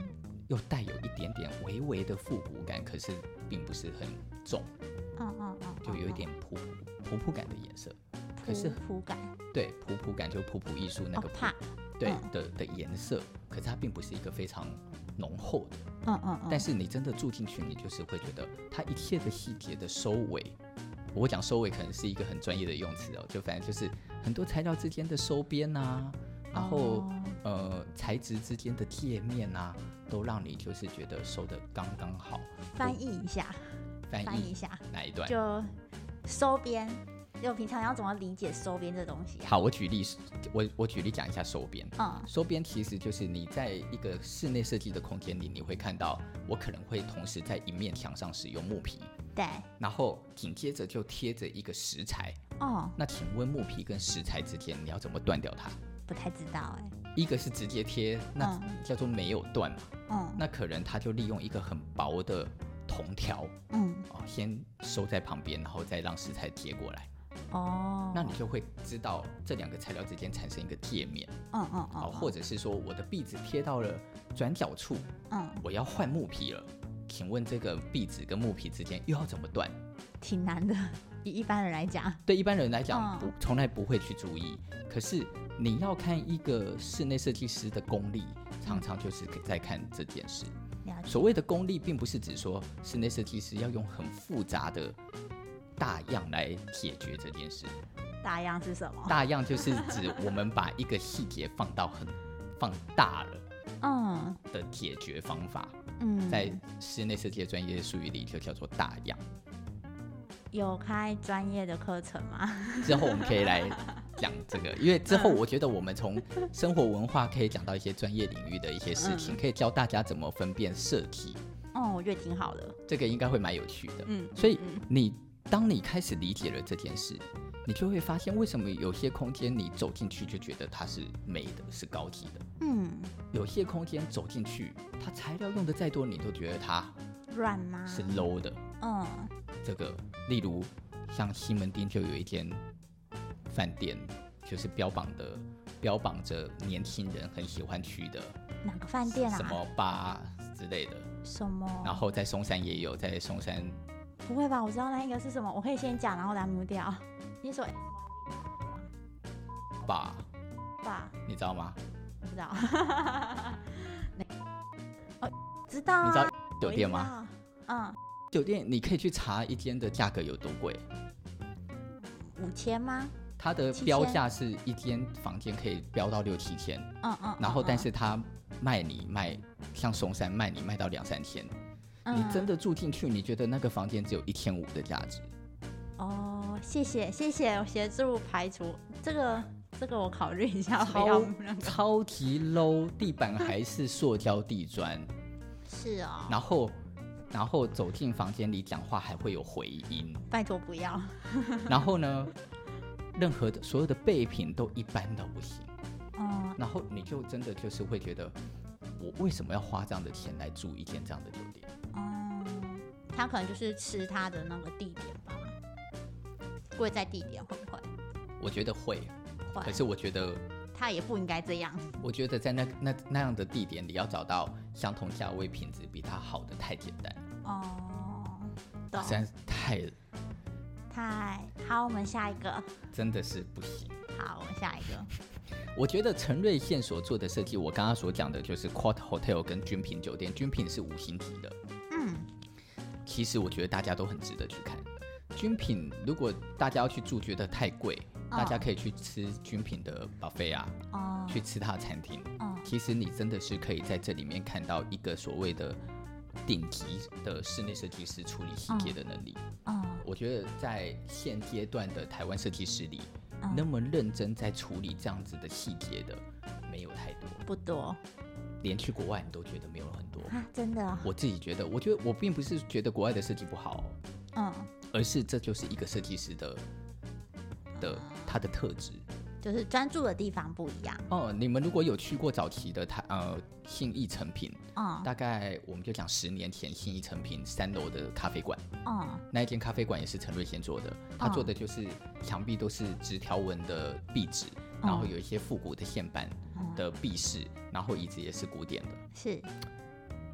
又带有一点点微微的复古感，可是并不是很重，就有一点普普感的颜色。可是普感， 对，普普感就普普艺术那个普，对的颜色，可是它并不是一个非常浓厚的，但是你真的住进去，你就是会觉得它一切的细节的收尾，我讲收尾可能是一个很专业的用词哦，就反正就是很多材料之间的收边啊，然后材质之间的界面啊，都让你就是觉得收得刚刚好。 翻译一下， 哪一段？ 就收边。就平常要怎么理解收边这东西好，我举例讲一下收边。收边其实就是你在一个室内设计的空间里，你会看到我可能会同时在一面墙上使用木皮， 对， 然后紧接着就贴着一个石材。那请问木皮跟石材之间你要怎么断掉它？ 不太知道一个是直接贴，那叫做没有断嘛。那可能他就利用一个很薄的铜条，先收在旁边，然后再让石材贴过来。那你就会知道这两个材料之间产生一个界面。或者是说我的壁纸贴到了转角处，我要换木皮了，请问这个壁纸跟木皮之间又要怎么断？ 挺难的，以一般人来讲。 对一般人来讲，从来不会去注意。可是你要看一个室内设计师的功力，常常就是在看这件事。所谓的功力，并不是指说室内设计师要用很复杂的大样来解决这件事。 大样是什么？ 大样就是指我们把一个细节放大了，的解决方法。在室内设计的专业术语里，就叫做大样。 有开专业的课程吗？ 之后我们可以来讲这个，因为之后我觉得我们从生活文化可以讲到一些专业领域的一些事情，可以教大家怎么分辨设计。 我觉得挺好的， 这个应该会蛮有趣的。所以当你开始理解了这件事，你就会发现为什么有些空间你走进去就觉得它是美的，是高级的。有些空间走进去，它材料用的再多，你都觉得它软吗？ 是 low 的。这个例如像西门町就有一间饭店，就是标榜着年轻人很喜欢去的。 哪个饭店啊？ 什么吧之类的。 什么？ 然后在松山也有，在松山。 不会吧？我知道那一个是什么，我可以先讲，然后把它mute掉。你说吧，你知道吗？ 不知道。知道啊。 你知道酒店吗？酒店你可以去查一间的价格有多贵。 5000吗？ 它的标价是一间房间可以标到6-7千。然后但是它卖像松山卖到2-3千。你真的住进去，你觉得那个房间只有1500的价值？ 谢谢，我协助排除这个我考虑一下。 超级 low， 地板还是塑胶地砖。 是哦。 然后走进房间里讲话还会有回音。 拜托不要。 然后呢，任何的所有的备品都一般到不行。然后你就真的就是会觉得，我为什么要花这样的钱来住一间这样的酒店？ 他可能就是吃他的那个地点吧，贵在地点会不会？ 我觉得会，可是我觉得他也不应该这样。 我觉得在那样的地点里，要找到相同价位、品质比它好的太简单了。实在是太好，我们下一个。 真的是不行。 好，我们下一个。 我觉得陈瑞线所做的设计，我刚刚所讲的就是 Quad Hotel 跟君品酒店，君品是5星级的。其实我觉得大家都很值得去看。君品如果大家要去住觉得太贵，大家可以去吃君品的 buffet 啊，去吃它的餐厅。其实你真的是可以在这里面看到一个所谓的顶级的室内设计师处理细节的能力。我觉得在现阶段的台湾设计师里，那么认真在处理这样子的细节的没有太多， 不多。 连去国外你都觉得没有很多真的。 我自己觉得，我并不是觉得国外的设计不好，而是这就是一个设计师的他的特质， 就是专注的地方不一样。 你们如果有去过早期的信义诚品，大概我们就讲10年前信义诚品3楼的咖啡馆，那一间咖啡馆也是陈瑞贤做的，他做的就是墙壁都是直条纹的壁纸，然后有一些复古的线板的壁饰，然后椅子也是古典的。 是。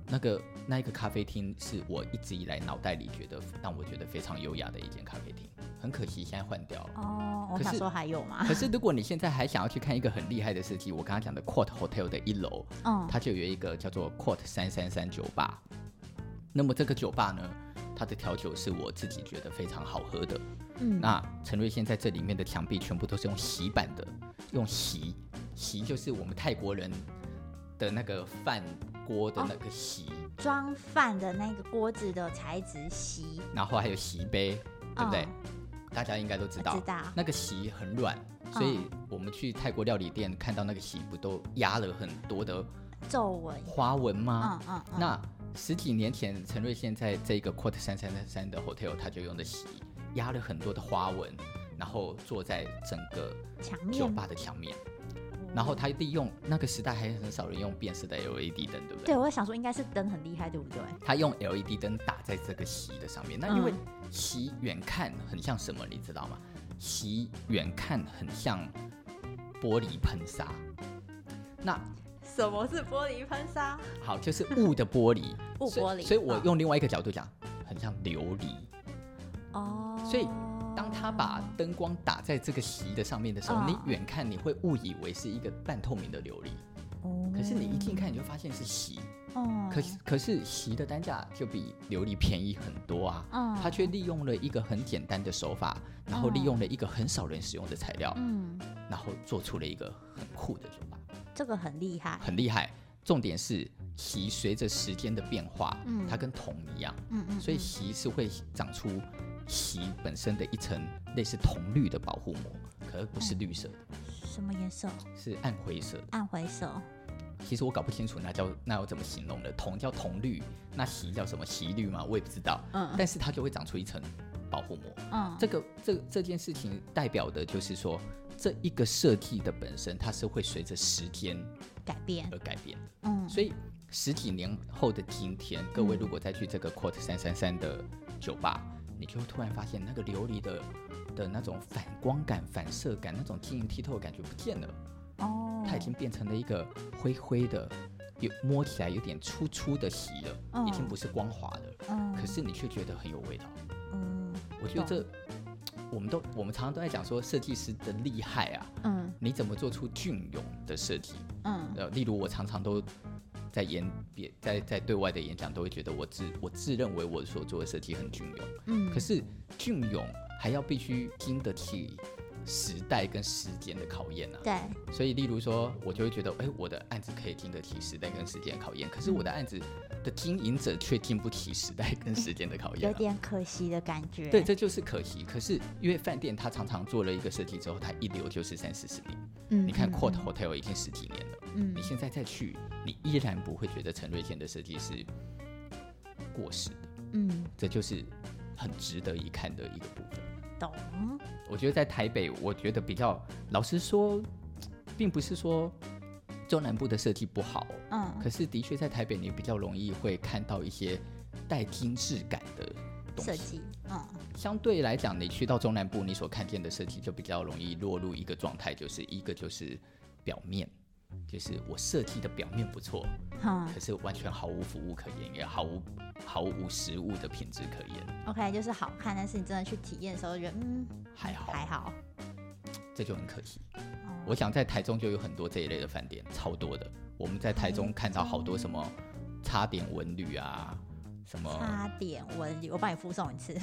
那一个咖啡厅是我一直以来脑袋里让我觉得非常优雅的一间咖啡厅，很可惜现在换掉了。 哦，我想说还有吗？ 可是如果你现在还想要去看一个很厉害的设计，我刚刚讲的 Court Hotel 的1楼，它就有一个叫做 Court 333酒吧。那么这个酒吧呢，它的调酒是我自己觉得非常好喝的。那陈瑞现在这里面的墙壁全部都是用锡板的，用锡就是我们泰国人的那个饭锅的那个锡， 装饭的那个锅子的材质锡， 然后还有锡杯，对不对？大家应该都知道，那个锡很软，所以我们去泰国料理店看到那个锡不都压了很多的皱纹、 花纹吗？那10几年前，陈瑞现在这个 Court 333的 hotel， 他就用的锡压了很多的花纹，然后做在整个酒吧的墙面。然后他利用那个时代还很少人用变色的 LED 灯，对不对？ 对，我想说应该是灯很厉害，对不对？ 他用 LED 灯打在这个锡的上面。那因为锡远看很像什么，你知道吗？锡远看很像玻璃喷砂。那什么是玻璃喷砂？ 好，就是雾的玻璃， 雾玻璃。 所以我用另外一个角度讲，很像琉璃。所以当他把灯光打在这个锡的上面的时候，你远看你会误以为是一个半透明的琉璃。可是你一近看你就发现是锡。可是锡的单价就比琉璃便宜很多啊。他却利用了一个很简单的手法，然后利用了一个很少人使用的材料，然后做出了一个很酷的酒吧。 这个很厉害， 很厉害。重点是锡随着时间的变化，它跟铜一样，所以锡是会长出锡本身的一层类似铜绿的保护膜，可是不是绿色的。 什么颜色？ 是暗灰色。 暗灰色。 其实我搞不清楚那要怎么形容的，铜叫铜绿，那锡叫什么锡绿吗？我也不知道。但是它就会长出一层保护膜。这件事情代表的就是说，这一个设计的本身，它是会随着时间改变而改变的。所以10几年后的今天，各位如果再去这个 Court 333的酒吧，你就会突然发现那个琉璃的那种反光感、反射感，那种晶莹剔透的感觉不见了。它已经变成了一个灰灰的，摸起来有点粗粗的锡了，已经不是光滑的。可是你却觉得很有味道。我觉得我们常常都在讲说设计师的厉害啊。你怎么做出隽永的设计？例如我常常都在对外的演讲都会觉得我自认为我所做的设计很隽永。可是隽永还要必须经得起时代跟时间的考验啊。 对。 所以例如说我就会觉得我的案子可以经得起时代跟时间的考验，可是我的案子的经营者却经不起时代跟时间的考验。 有点可惜的感觉。 对，这就是可惜。可是因为饭店它常常做了一个设计之后，它一留就是30-40年。你看 Court Hotel 已经10几年了。你现在再去，你依然不会觉得陈瑞贤的设计是过时的。这就是很值得一看的一个部分。 懂。 我觉得在台北，我觉得比较老实说，并不是说中南部的设计不好。可是的确在台北，你比较容易会看到一些带精致感的东西。设计。相对来讲，你去到中南部，你所看见的设计就比较容易落入一个状态，就是一个就是表面。就是我设计的表面不错，可是完全毫无服务可言，也毫无实物的品质可言。 OK， 就是好看，但是你真的去体验的时候，觉得还好， 这就很可惜。我想在台中就有很多这一类的饭店，超多的。我们在台中看到好多什么插点文旅啊，什么插点文旅，我帮你附送一次。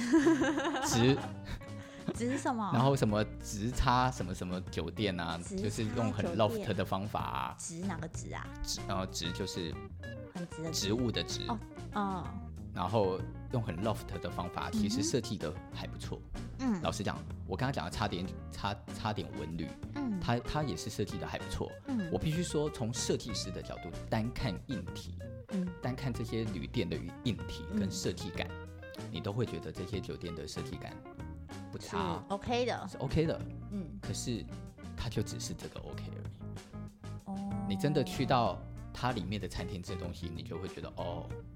直什么？ 然后什么直插什么什么酒店啊，就是用很 loft 的方法啊。 直哪个直啊？ 直就是很直的植物的植。然后用很 loft 的方法，其实设计的还不错。老实讲，我刚刚讲的插点文旅，它也是设计的还不错。我必须说，从设计师的角度，单看硬体，单看这些旅店的硬体跟设计感，你都会觉得这些酒店的设计感不差， 是 OK 的， 是 OK 的。可是它就只是这个 OK 而已。你真的去到它里面的餐厅吃东西，你就会觉得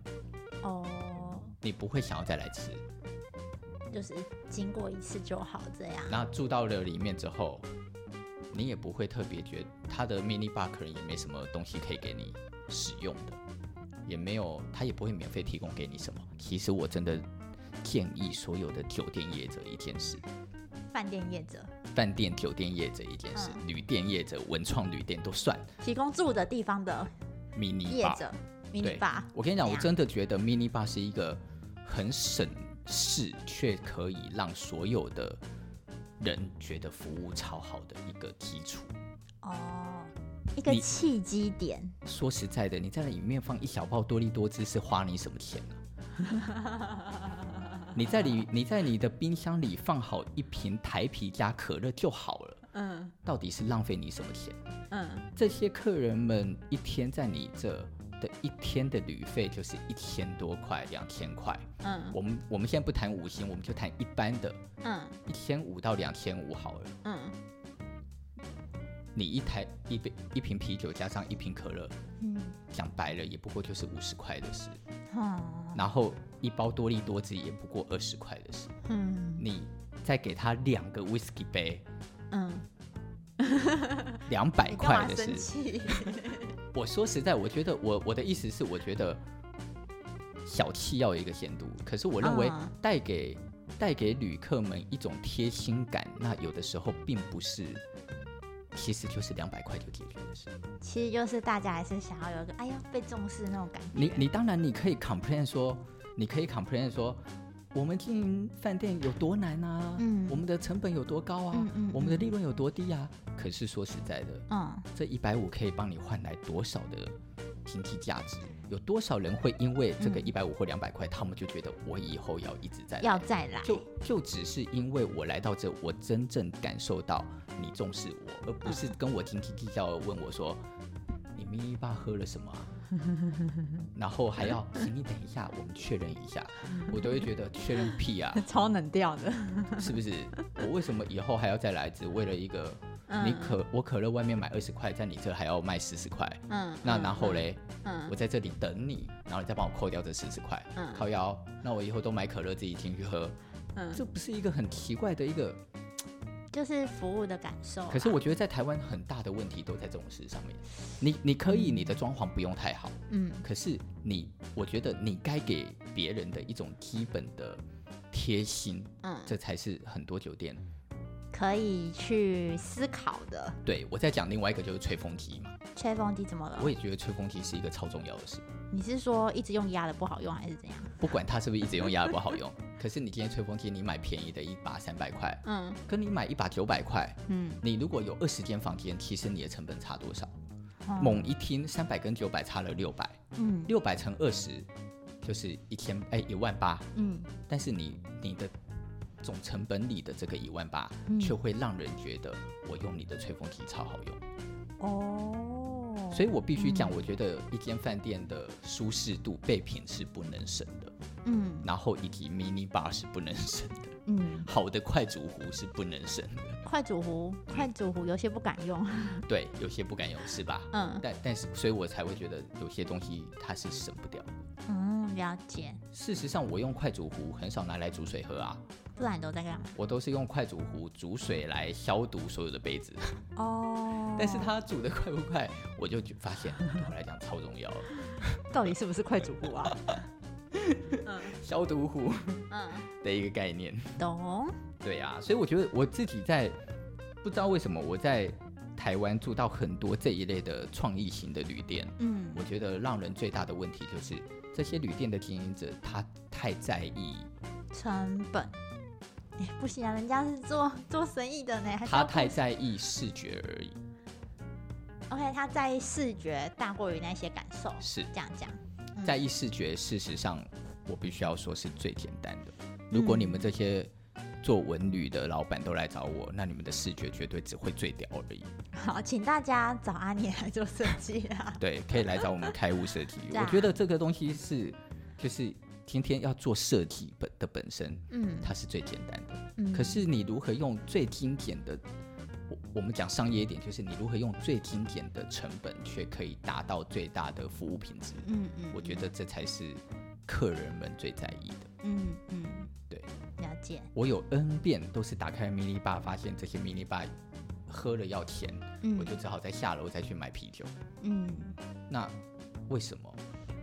你不会想要再来吃， 就是经过一次就好这样。 那住到了里面之后，你也不会特别觉得它的 mini bar 可能也没什么东西可以给你使用的。 也没有，他也不会免费提供给你什么。其实我真的建议所有的酒店业者一件事， 饭店业者、 饭店酒店业者一件事，旅店业者、文创旅店都算， 提供住的地方的迷你业者、迷你吧。 我跟你讲，我真的觉得 mini bar 是一个很省事却可以让所有的人觉得服务超好的一个基础。 一个契机点。 说实在的，你在里面放一小包多利多汁是花你什么钱你在你的冰箱里放好一瓶台啤加可乐就好了。到底是浪费你什么钱？这些客人们一天在你这的一天的旅费就是1000多块、2000块。我们现在不谈5星，我们就谈一般的，1500到2500好了。你一瓶啤酒加上一瓶可乐，讲白了也不过就是50块的事。然后一包多利多汁也不过20块的事。你再给他2个 whisky 杯，200块的事。我说实在，我觉得我的意思是，我觉得小气要有一个限度，可是我认为带给旅客们一种贴心感，那有的时候并不是。其实就是200块就解决的事， 其实就是大家还是想要有一个被重视那种感觉。 你当然你可以 complain 说，我们经营饭店有多难啊，我们的成本有多高啊，我们的利润有多低啊。可是说实在的，这150可以帮你换来多少的经济价值？有多少人会因为这个150或200块，他们就觉得我以后要一直再来，就只是因为我来到这，我真正感受到你重视我，而不是跟我斤斤计较地问我说，你mini bar喝了什么然后还要请你等一下，我们确认一下，我都会觉得确认屁啊， 超冷调的， 是不是？我为什么以后还要再来？只为了一个我可乐外面买20块，在你这还要卖40块，那然后嘞，我在这里等你，然后你再帮我扣掉这40块，靠腰，那我以后都买可乐自己进去喝，这不是一个很奇怪的一个？ 就是服务的感受。 可是我觉得在台湾很大的问题都在这种事上面。你可以你的装潢不用太好，可是我觉得你该给别人的一种基本的贴心，这才是很多酒店可以去思考的。 对，我再讲另外一个就是吹风机嘛。 吹风机怎么了？ 我也觉得吹风机是一个超重要的事。 你是说一直用压的不好用，还是怎样？ 不管它是不是一直用压的不好用，可是你今天吹风机，你买便宜的一把300块，跟你买一把900块，你如果有20间房间，其实你的成本差多少？猛一听300跟900差了600，600乘20就是18000，但是你的总成本里的这个18000，却会让人觉得我用你的吹风机超好用。所以我必须讲，我觉得一间饭店的舒适度备品是不能省的，然后以及 mini bar 是不能省的，好的快煮壶是不能省的。 快煮壶有些不敢用， 对，有些不敢用是吧？但是所以我才会觉得有些东西它是省不掉的。 了解。 事实上，我用快煮壶很少拿来煮水喝啊。 不然你都在干嘛？ 我都是用快煮壶煮水来消毒所有的杯子。但是它煮的快不快，我就发现对我来讲超重要了。 到底是不是快煮壶啊？ 消毒壶的一个概念。 懂。 对啊，所以我觉得我自己在不知道为什么我在台湾住到很多这一类的创意型的旅店，我觉得让人最大的问题就是这些旅店的经营者他太在意成本。不行啊，人家是做生意的呢， 他太在意视觉而已。 OK， 他在意视觉大过于那些感受， 是这样讲。 在意视觉，事实上我必须要说是最简单的。如果你们这些做文旅的老板都来找我，那你们的视觉绝对只会最屌而已。 好，请大家找阿年来做设计啊。 对，可以来找我们开物设计。我觉得这个东西就是今天要做设计的本身，它是最简单的。可是你如何用最精简的，我们讲商业一点，就是你如何用最精简的成本，却可以达到最大的服务品质。我觉得这才是客人们最在意的。对， 了解。 我有 N 遍都是打开 mini bar， 发现这些 mini bar 喝了要钱，我就只好再下楼再去买啤酒。那为什么？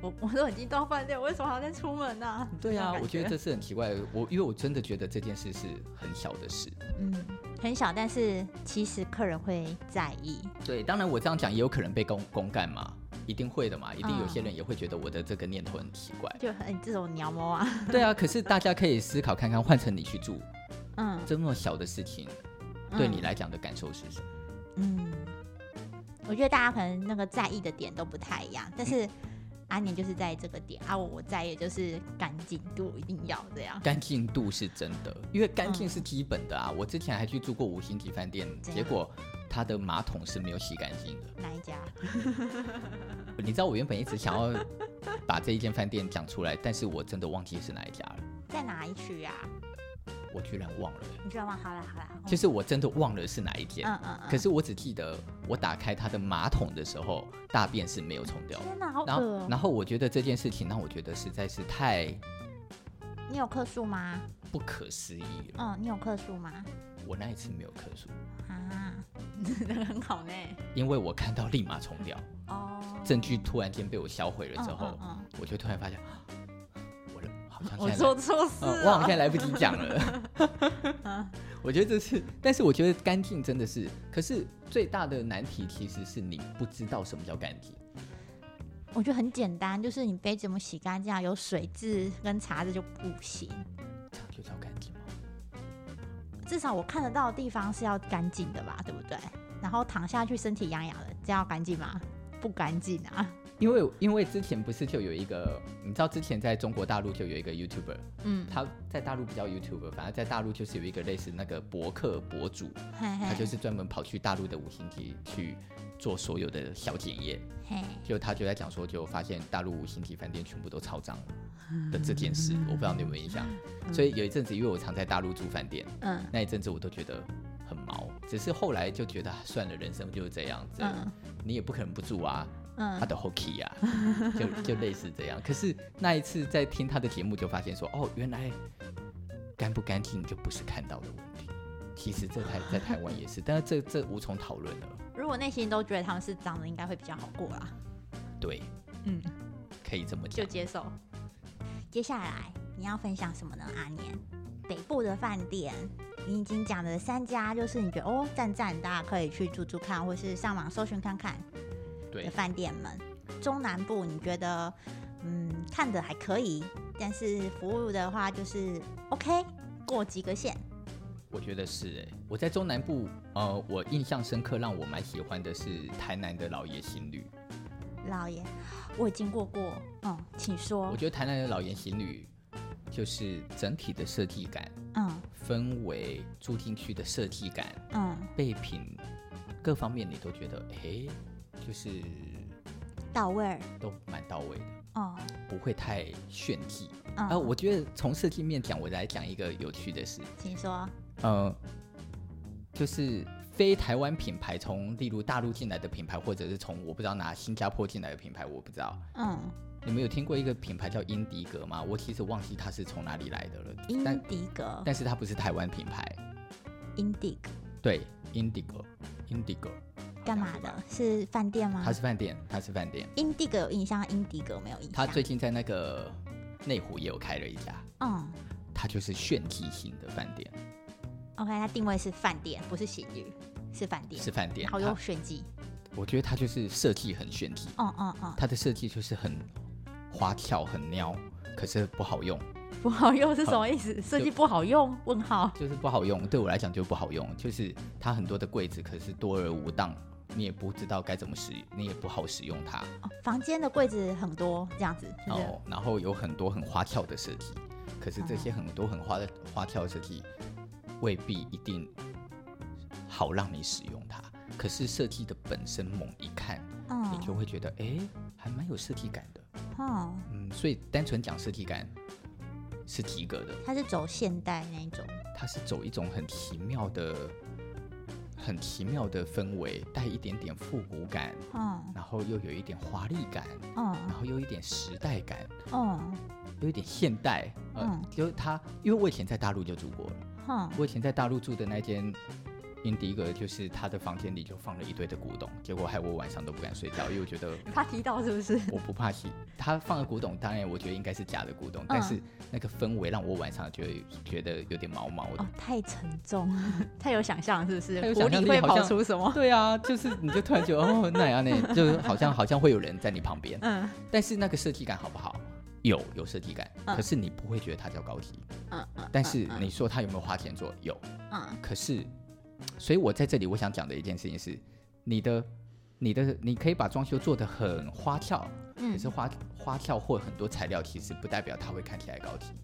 我都已经到饭店，我为什么还要再出门呢、啊？ 对啊，我觉得这是很奇怪的。因为我真的觉得这件事是很小的事。 很小，但是其实客人会在意。 对，当然我这样讲也有可能被公干嘛，一定会的嘛，一定有些人也会觉得我的这个念头很奇怪， 就很这种鸟猫啊。 对啊，可是大家可以思考看看，换成你去住，这么小的事情，对你来讲的感受是什么？ 我觉得大家可能那个在意的点都不太一样，但是阿年就是在这个点啊，我在意就是干净度一定要这样。 干净度是真的，因为干净是基本的啊。我之前还去住过5星级饭店，结果它的马桶是没有洗干净的。 哪一家？ 你知道我原本一直想要把这一间饭店讲出来，但是我真的忘记是哪一家了。 在哪一区啊？我居然忘了。 你居然忘？好啦， 就是我真的忘了是哪一间。可是我只记得我打开它的马桶的时候，大便是没有冲掉。 天哪，好恶哦！ 然后我觉得这件事情让我觉得实在是太…… 你有客诉吗？ 不可思议了。 你有客诉吗？ 我那一次没有客诉啊，很好呢。 因为我看到立马冲掉。证据突然间被我销毁了之后，我就突然发现。 我做错事了， 我好像来不及讲了。我觉得这是，但是我觉得干净真的是，可是最大的难题其实是你不知道什么叫干净。 我觉得很简单，就是你杯子有没有洗干净啊？有水渍跟茶渍就不行。 这样就叫干净吗？ 至少我看得到的地方是要干净的吧，对不对？然后躺下去身体痒痒的，这样要干净吗？不干净啊。 因为之前不是就有一个，你知道之前在中国大陆就有一个 YouTuber，他在大陆不叫 YouTuber， 反正在大陆就是有一个类似那个博客博主，他就是专门跑去大陆的5星级去做所有的小检验，就他就在讲说，就发现大陆5星级饭店全部都超脏的这件事，我不知道你有没有印象。所以有一阵子，因为我常在大陆住饭店，那一阵子我都觉得很毛，只是后来就觉得算了，人生就是这样子，你也不可能不住啊。他的 hockey 啊，就类似这样。可是那一次在听他的节目，就发现说，原来干不干净就不是看到的问题。其实这在台湾也是，但是这无从讨论了。 如果内心都觉得他们是脏的，应该会比较好过啦。 对，可以这么讲， 就接受。接下来你要分享什么呢？阿年，北部的饭店，你已经讲了3家，就是你觉得赞，大家可以去住住看，或是上网搜寻看看。的饭店们，中南部你觉得看的还可以，但是服务的话就是 OK 过及格线。 我觉得是我在中南部我印象深刻，让我蛮喜欢的是台南的老爷行旅。 老爷，我经过过，请说。 我觉得台南的老爷行旅就是整体的设计感，氛围，住进去的设计感，备品各方面你都觉得就是到位， 都蛮到位的，不会太炫技。我觉得从设计面讲，我来讲一个有趣的事， 请说。 就是非台湾品牌，从例如大陆进来的品牌，或者是从我不知道哪新加坡进来的品牌，我不知道。你们有听过一个品牌叫英迪格吗？我其实忘记它是从哪里来的了。 英迪格， 但是它不是台湾品牌。 Indigo， 对 ，Indigo。 干嘛的？是饭店吗？ 它是饭店。 Indigo 有印象，Indigo 没有印象。 它最近在那个内湖也有开了一家。它就是炫技型的饭店。 OK， 它定位是饭店，不是喜剧，是饭店。好有炫技。 我觉得它就是设计很炫技。它的设计就是很花俏、很喵，可是不好用。 不好用是什么意思？设计不好用？问号。 就是不好用，对我来讲就不好用。就是它很多的柜子，可是多而无当，你也不知道该怎么使用，你也不好使用它。 房间的柜子很多这样子。 然后有很多很花俏的设计，可是这些很多很花俏的设计未必一定好让你使用它。可是设计的本身猛一看，你就会觉得还蛮有设计感的。所以单纯讲设计感是及格的。 它是走现代那一种， 它是走一种很奇妙的氛围，带一点点复古感，然后又有一点华丽感，然后又有一点时代感，有一点现代，就是它，因为我以前在大陆就住过了，我以前在大陆住的那间因第一个就是他的房间里就放了一堆的古董，结果害我晚上都不敢睡觉，因为我觉得你怕踢到是不是？ 我不怕踢，他放的古董当然我觉得应该是假的古董，但是那个氛围让我晚上觉得有点毛毛的。 哦，太沉重，太有想象是不是？ 太有想象力狐狸会跑出什么？ 对啊，就是你就突然觉得哦那样呢，就好像会有人在你旁边，但是那个设计感好不好？有设计感，可是你不会觉得它叫高级，但是你说它有没有花钱做？有，可是。所以我在这里我想讲的一件事情是，你可以把装修做得很花俏，可是花俏或很多材料其实不代表它会看起来高级。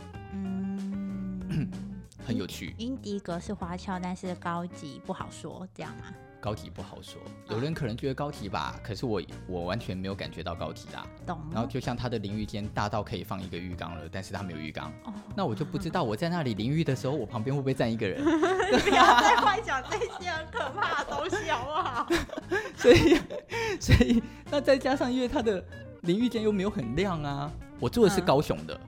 很有趣。 英迪格是花俏，但是高级不好说，这样吗？ 高级不好说，有人可能觉得高级吧，可是我完全没有感觉到高级啦。 懂。 然后就像他的淋浴间大到可以放一个浴缸了，但是他没有浴缸，那我就不知道我在那里淋浴的时候，我旁边会不会站一个人？ 你不要再幻想这些很可怕的东西好不好？ 所以那再加上因为他的淋浴间又没有很亮啊，我住的是高雄的。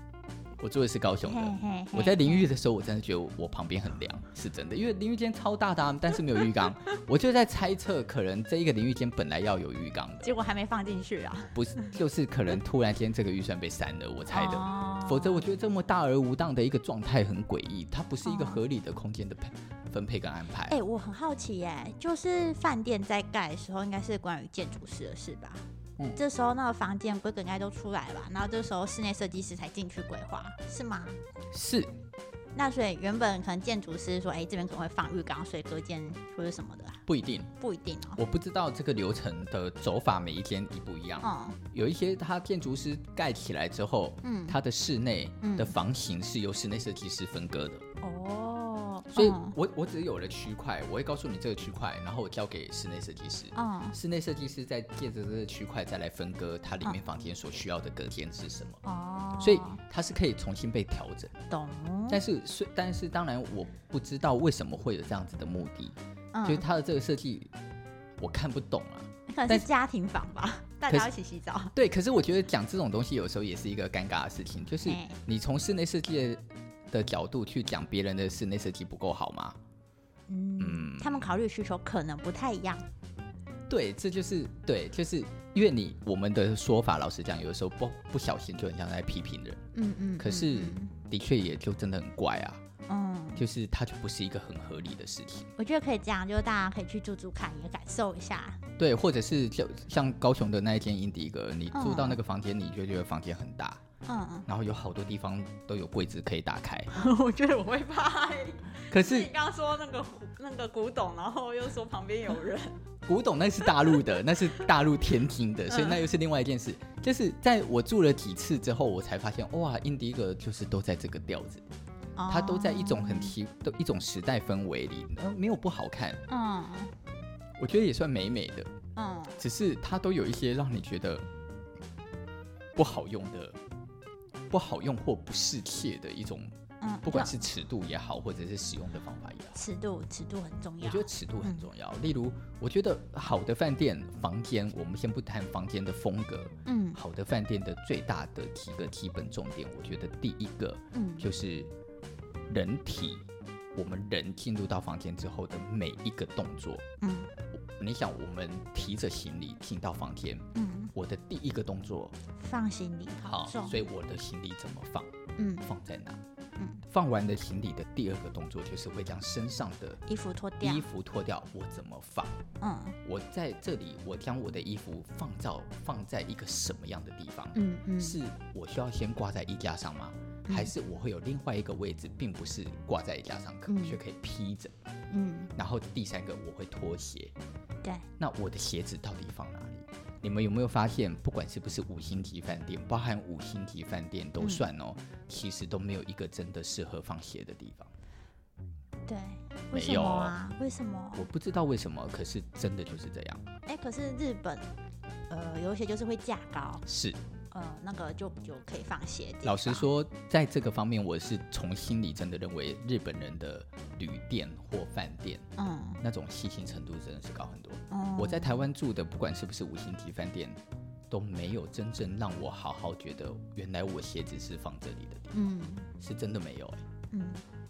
我在淋浴的时候，我真的觉得我旁边很凉，是真的，因为淋浴间超大的，但是没有浴缸。我就在猜测，可能这一个淋浴间本来要有浴缸的， 结果还没放进去啊。 不是，就是可能突然间这个预算被删了，我猜的。否则我觉得这么大而无当的一个状态很诡异，它不是一个合理的空间的分配跟安排。 我很好奇耶，就是饭店在盖的时候，应该是关于建筑师的事吧？这时候那个房间规格应该都出来了吧，然后这时候室内设计师才进去规划，是吗？ 是。 那所以原本可能建筑师说，这边可能会放浴缸、水隔间或者什么的， 不一定哦。 我不知道这个流程的走法每一间一不一样。有一些他建筑师盖起来之后，他的室内的房型是由室内设计师分割的。所以我只有了区块，我会告诉你这个区块，然后我交给室内设计师。室内设计师再借着这个区块再来分割它里面房间所需要的隔间是什么。所以它是可以重新被调整。 懂。 但是当然我不知道为什么会有这样子的目的，就是它的这个设计我看不懂啊。 可能是家庭房吧，大家一起洗澡。 对，可是我觉得讲这种东西有时候也是一个尴尬的事情，就是你从室内设计的角度去讲别人的室内设计不够好吗？ 他们考虑的需求可能不太一样。 对，这就是因为我们的说法，老实讲，有的时候不小心就很像在批评人。可是的确也就真的很怪啊。就是它就不是一个很合理的事情。 我觉得可以这样，就是大家可以去住看，也感受一下。 对，或者是像高雄的那一间英迪格，你住到那个房间，你就觉得房间很大。然后有好多地方都有柜子可以打开。 我觉得我会怕。 可是你刚刚说那个古董，然后又说旁边有人。 古董那是大陆的，那是大陆天津的，所以那又是另外一件事。就是在我住了几次之后，我才发现，哇，英迪格就是都在这个调子。它都在一种一种时代氛围里，没有不好看。我觉得也算美美的。只是它都有一些让你觉得不好用或不适切的一种，不管是尺度也好，或者是使用的方法也好， 尺度很重要。 我觉得尺度很重要。例如，我觉得好的饭店房间，我们先不谈房间的风格，好的饭店的最大的几个基本重点，我觉得第一个，就是人体，我们人进入到房间之后的每一个动作。你想，我们提着行李进到房间，我的第一个动作放行李，好重。 所以我的行李怎么放？放在哪？放完的行李的第二个动作就是会将身上的衣服脱掉，我怎么放？我在这里，我将我的衣服放在一个什么样的地方？是我需要先挂在衣架上吗？还是我会有另外一个位置，并不是挂在衣架上，却可以披着？然后第三个我会脱鞋。 对， 那我的鞋子到底放哪里？你们有没有发现，不管是不是5星级饭店，包含5星级饭店都算哦，其实都没有一个真的适合放鞋的地方。 对，为什么啊？为什么？ 我不知道为什么，可是真的就是这样。 可是日本，有一些就是会架高， 是， 那个就可以放鞋。 老实说，在这个方面，我是从心里真的认为日本人的旅店或饭店，那种细心程度真的是高很多。我在台湾住的，不管是不是5星级饭店，都没有真正让我好好觉得，原来我鞋子是放这里的地方，是真的没有。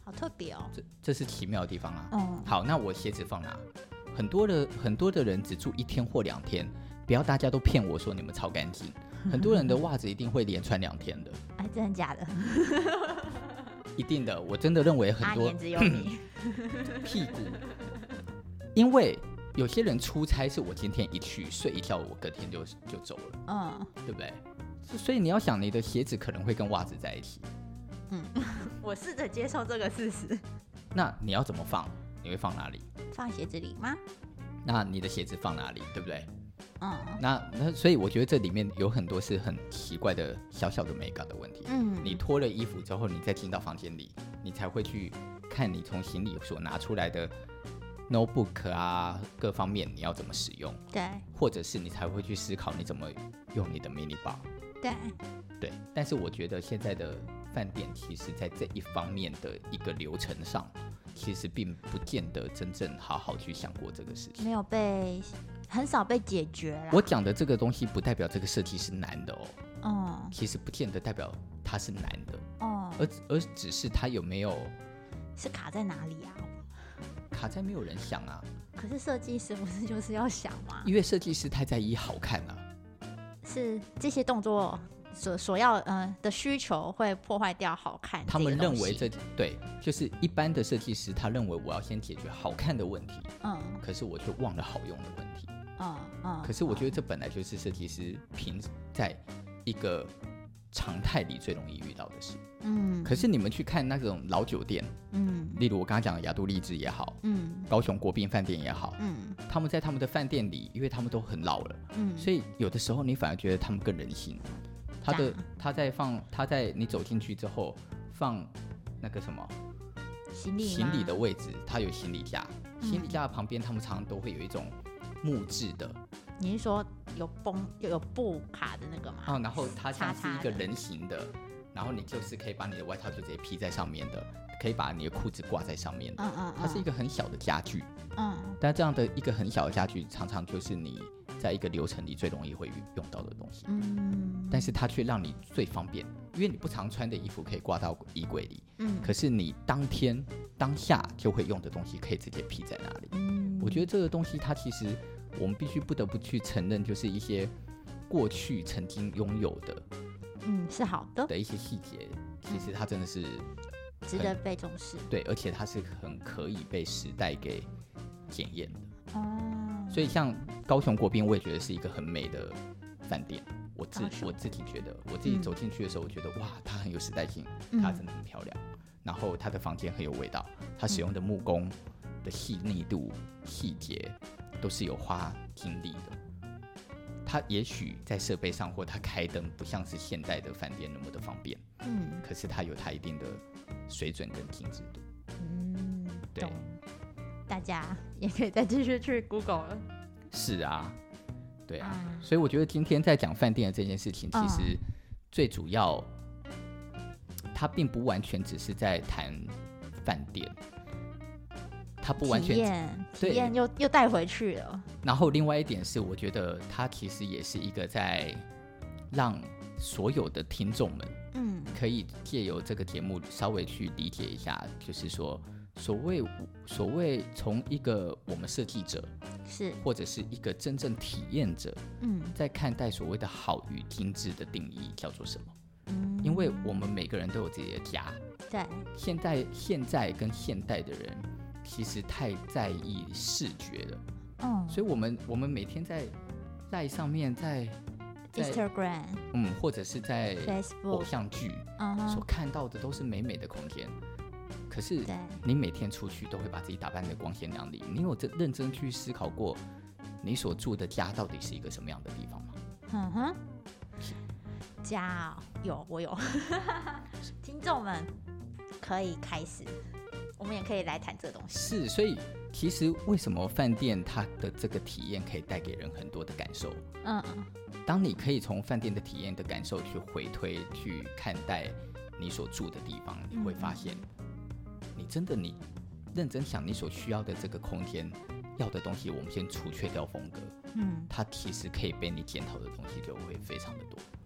好特别哦。 这是奇妙的地方啊。 嗯， 好，那我鞋子放哪？很多的人只住1天或2天，不要大家都骗我说你们超干净。很多人的袜子一定会连穿2天的。 哎，真的假的？ 一定的，我真的认为很多阿年只有你屁股，因为有些人出差是我今天一去睡一觉，我隔天就走了， 嗯， 对不对？所以你要想，你的鞋子可能会跟袜子在一起。 我试着接受这个事实。 那你要怎么放？你会放哪里？ 放鞋子里吗？ 那你的鞋子放哪里？对不对？ 嗯， 那所以我觉得这里面有很多是很奇怪的小小的美感的问题。你脱了衣服之后，你再进到房间里，你才会去看你从行李所拿出来的 notebook 啊，各方面你要怎么使用。 对， 或者是你才会去思考你怎么用你的 mini bar。对，但是我觉得现在的饭店其实在这一方面的一个流程上，其实并不见得真正好好去想过这个事情， 没有很少被解决啦。 我讲的这个东西不代表这个设计是难的哦，其实不见得代表它是难的哦，而只是它有没有是卡在哪里啊？ 卡在没有人想啊。 可是设计师不是就是要想吗？ 因为设计师太在意好看啊， 是这些动作所要的需求会破坏掉好看。 他们认为对，就是一般的设计师，他认为我要先解决好看的问题，可是我却忘了好用的问题，可是我觉得这本来就是设计师平在一个常态里最容易遇到的事。可是你们去看那种老酒店，例如我刚刚讲的雅都丽致也好，高雄国宾饭店也好，他们在他们的饭店里，因为他们都很老了，所以有的时候你反而觉得他们更人性。他在你走进去之后放那个什么行李的位置，它有行李架，行李架的旁边他们常常都会有一种木质的。 你是说有布卡的那个吗？ 然后它像是一个人形的，然后你就是可以把你的外套就直接披在上面的，可以把你的裤子挂在上面的。它是一个很小的家具。但这样的一个很小的家具，常常就是你在一个流程里最容易会用到的东西。但是它却让你最方便，因为你不常穿的衣服可以挂到衣柜里。可是你当下就会用的东西可以直接披在那里。我觉得这个东西它其实我们必须不得不去承认，就是一些过去曾经拥有的是好的一些细节，其实它真的是值得被重视。 对，而且它是很可以被时代给检验的。所以像高雄国宾，我也觉得是一个很美的饭店。我自己觉得，我自己走进去的时候，我觉得哇，它很有时代性，它真的很漂亮。然后它的房间很有味道，它使用的木工的细腻度、细节都是有花精力的。它也许在设备上或它开灯不像是现代的饭店那么的方便，可是它有它一定的水准跟精致度。对， 大家也可以再继续去 Google 了。 是啊，对啊，所以我觉得今天在讲饭店的这件事情，其实最主要，它并不完全只是在谈饭店，它不完全体验又带回去了。 然后另外一点是，我觉得它其实也是一个在让所有的听众们，可以借由这个节目稍微去理解一下，就是说所谓从一个我们设计者是，或者是一个真正体验者，在看待所谓的好与精致的定义叫做什么？因为我们每个人都有自己的家， 对， 现在跟现代的人其实太在意视觉了，所以我们每天在 LINE 上面，在 Instagram， 或者是在 Facebook 偶像剧所看到的都是美美的空间。可是你每天出去都会把自己打扮得光鲜亮丽，你有认真去思考过你所住的家到底是一个什么样的地方吗？ 家我有听众们可以开始，我们也可以来谈这东西。 是，所以其实为什么饭店它的这个体验可以带给人很多的感受？当你可以从饭店的体验的感受去回推去看待你所住的地方，你会发现你认真想你所需要的这个空间要的东西，我们先除却掉风格，它其实可以被你检讨的东西就会非常的多。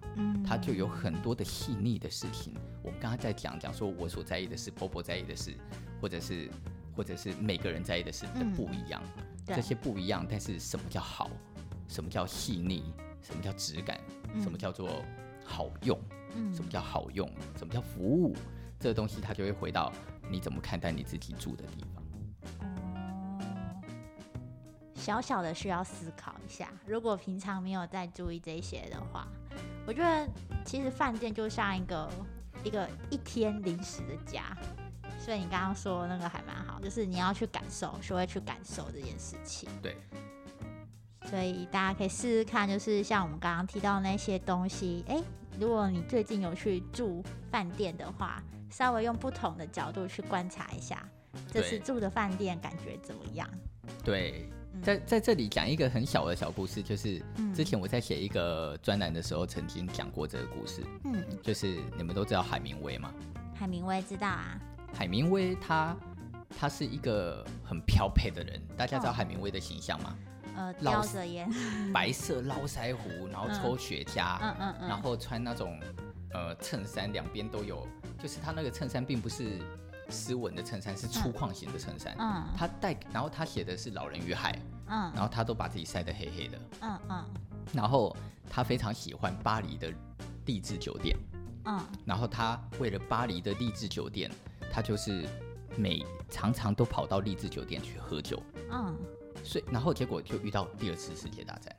它就有很多的细腻的事情。我们刚刚在讲说我所在意的事，婆婆在意的事，或者是每个人在意的事的不一样，这些不一样，但是什么叫好，什么叫细腻，什么叫质感，什么叫做好用，什么叫好用，什么叫服务，这个东西它就会回到你怎么看待你自己住的地方。 小小的需要思考一下，如果平常没有在注意这些的话，我觉得其实饭店就像一天临时的家，所以你刚刚说那个还蛮好，就是你要去感受，学会去感受这件事情。 对， 所以大家可以试试看，就是像我们刚刚提到的那些东西，如果你最近有去住饭店的话，稍微用不同的角度去观察一下，这次住的饭店感觉怎么样？ 对。在这里讲一个很小的小故事，就是之前我在写一个专栏的时候，曾经讲过这个故事。就是你们都知道海明威吗？ 海明威知道啊。 海明威他是一个很飘配的人，大家知道海明威的形象吗？ 叼着烟， 白色络腮胡，然后抽雪茄，然后穿那种衬衫，两边都有，就是他那个衬衫并不是斯文的衬衫，是粗犷型的衬衫。然后他写的是《老人与海》，然后他都把自己晒得黑黑的。然后他非常喜欢巴黎的励志酒店。然后他为了巴黎的励志酒店，他就是常常都跑到励志酒店去喝酒。所以然后结果就遇到第二次世界大战。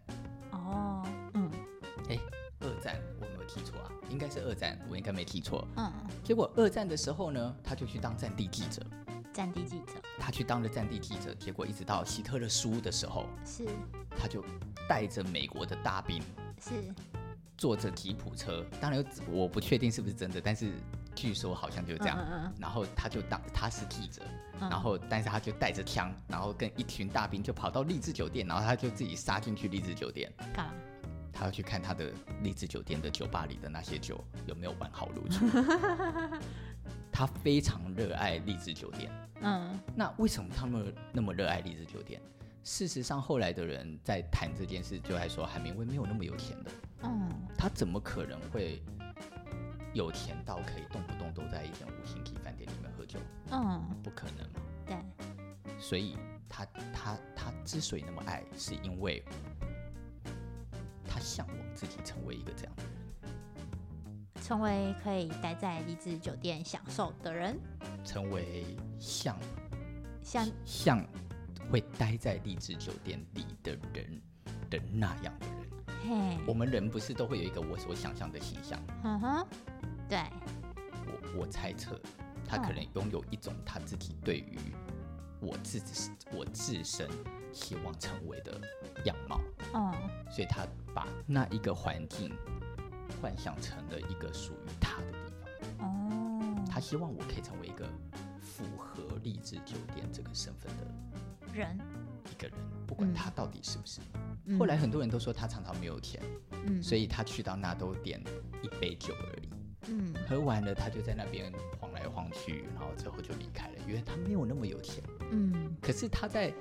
二战我有没有记错啊？应该是二战，我应该没记错。结果二战的时候呢，他就去当战地记者。他去当了战地记者，结果一直到希特勒输的时候，他就带着美国的大兵，坐着吉普车，当然我不确定是不是真的，但是据说好像就这样。然后他是记者，然后但是他就带着枪，然后跟一群大兵就跑到励志酒店，然后他就自己杀进去励志酒店。 干嘛？ 他要去看他的励志酒店的酒吧里的那些酒有没有完好如初。他非常热爱励志酒店。那为什么他们那么热爱励志酒店？事实上，后来的人在谈这件事，就在说海明威没有那么有钱的。他怎么可能会有钱到可以动不动都在一间5星级饭店里面喝酒？不可能嘛。 对。 所以他之所以那么爱，是因为他向往自己成为一个这样的人， 成为可以待在励志酒店享受的人， 成为像会待在励志酒店里的人的那样的人。我们人不是都会有一个我所想象的形象？ 对。 我猜测他可能拥有一种他自己对于我自身希望成为的样貌。所以他把那一个环境幻想成了一个属于他的地方。他希望我可以成为一个符合励志酒店这个身份的人，一个人，不管他到底是不是。后来很多人都说他常常没有钱，所以他去到那都点一杯酒而已。喝完了他就在那边晃来晃去，然后最后就离开了，因为他没有那么有钱。可是他在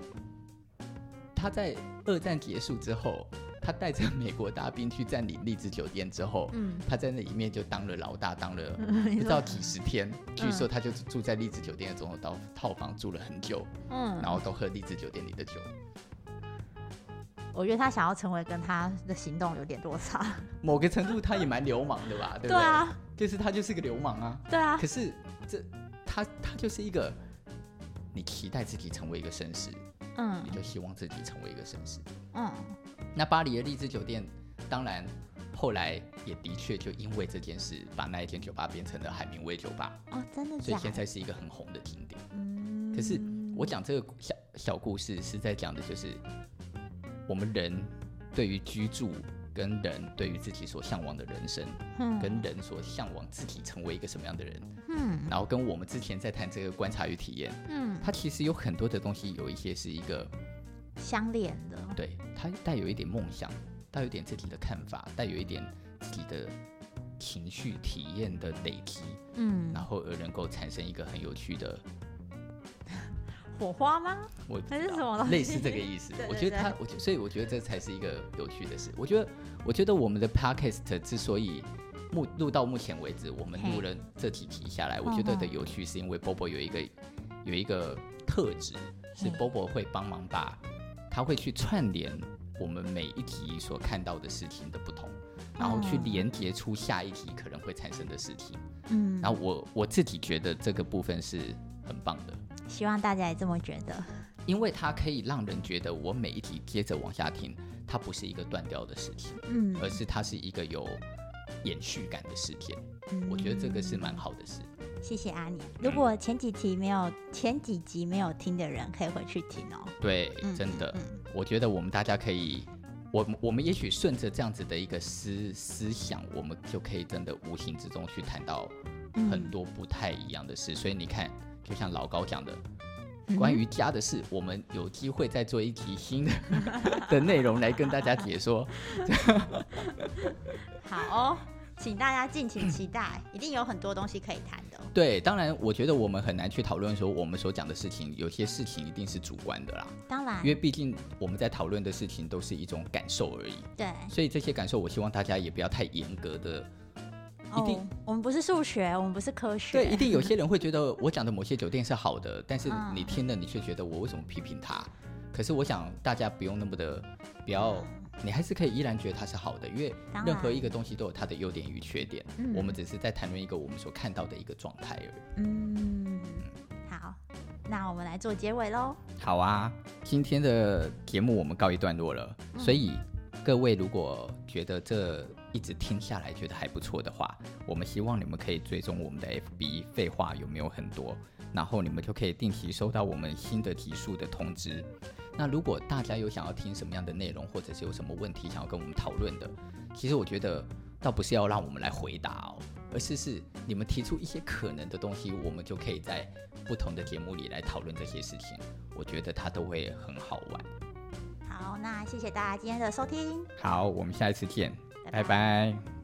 二战结束之后，他带着美国大兵去占领励志酒店之后，他在那里面就当了老大，当了不知道几十天。据说他就住在励志酒店的总统套房住了很久，然后都喝励志酒店里的酒。 我觉得他想要成为跟他的行动有点落差。 某个程度他也蛮流氓的吧，对不对？对啊， 就是他就是个流氓啊。 对啊。 可是他就是一个，你期待自己成为一个绅士，你就希望自己成为一个绅士。那巴黎的励志酒店，当然后来也的确就因为这件事，把那一间酒吧变成了海明威酒吧。 真的假的？ 所以现在是一个很红的景点。可是我讲这个小故事是在讲的就是我们人对于居住，跟人对于自己所向往的人生，跟人所向往自己成为一个什么样的人，然后跟我们之前在谈这个观察与体验，它其实有很多的东西，有一些是一个相连的， 对，它带有一点梦想，带有一点自己的看法，带有一点自己的情绪体验的累积，然后而能够产生一个很有趣的火花吗？还是什么东西？ 类似这个意思。我觉得所以我觉得这才是一个有趣的事。我觉得我们的 podcast 之所以录到目前为止，我们录了这几集下来，我觉得的有趣是因为 Bobo 有一个特质，是 Bobo 会帮忙他会去串联我们每一题所看到的事情的不同，然后去连接出下一题可能会产生的事情。然后我自己觉得这个部分是很棒的， 希望大家也这么觉得， 因为它可以让人觉得我每一题接着往下听，它不是一个断掉的事情，而是它是一个有延续感的事件。我觉得这个是蛮好的事。 谢谢阿年。如果前几集没有听的人，可以回去听哦。 对，真的，我觉得我们大家可以，我们也许顺着这样子的一个思想，我们就可以真的无形之中去谈到很多不太一样的事。所以你看，就像老高讲的，关于家的事，我们有机会再做一题新的内容来跟大家解说。 好哦，请大家敬请期待，一定有很多东西可以谈的。 对，当然，我觉得我们很难去讨论说我们所讲的事情，有些事情一定是主观的啦。 当然， 因为毕竟我们在讨论的事情都是一种感受而已。 对， 所以这些感受，我希望大家也不要太严格的。一定， 我们不是数学，我们不是科学。 对，一定有些人会觉得我讲的某些酒店是好的，但是你听了你却觉得我为什么批评他？可是我想大家不用那么的，不要。你还是可以依然觉得它是好的，因为任何一个东西都有它的优点与缺点，我们只是在谈论一个我们所看到的一个状态而已。 好，那我们来做结尾咯。 好啊，今天的节目我们告一段落了，所以各位如果觉得这一直听下来觉得还不错的话，我们希望你们可以追踪我们的 FB 废话有没有很多，然后你们就可以定期收到我们新的集数的通知。那如果大家有想要听什么样的内容，或者是有什么问题想要跟我们讨论的，其实我觉得倒不是要让我们来回答而是你们提出一些可能的东西，我们就可以在不同的节目里来讨论这些事情，我觉得它都会很好玩。 好，那谢谢大家今天的收听。 好，我们下一次见，拜拜。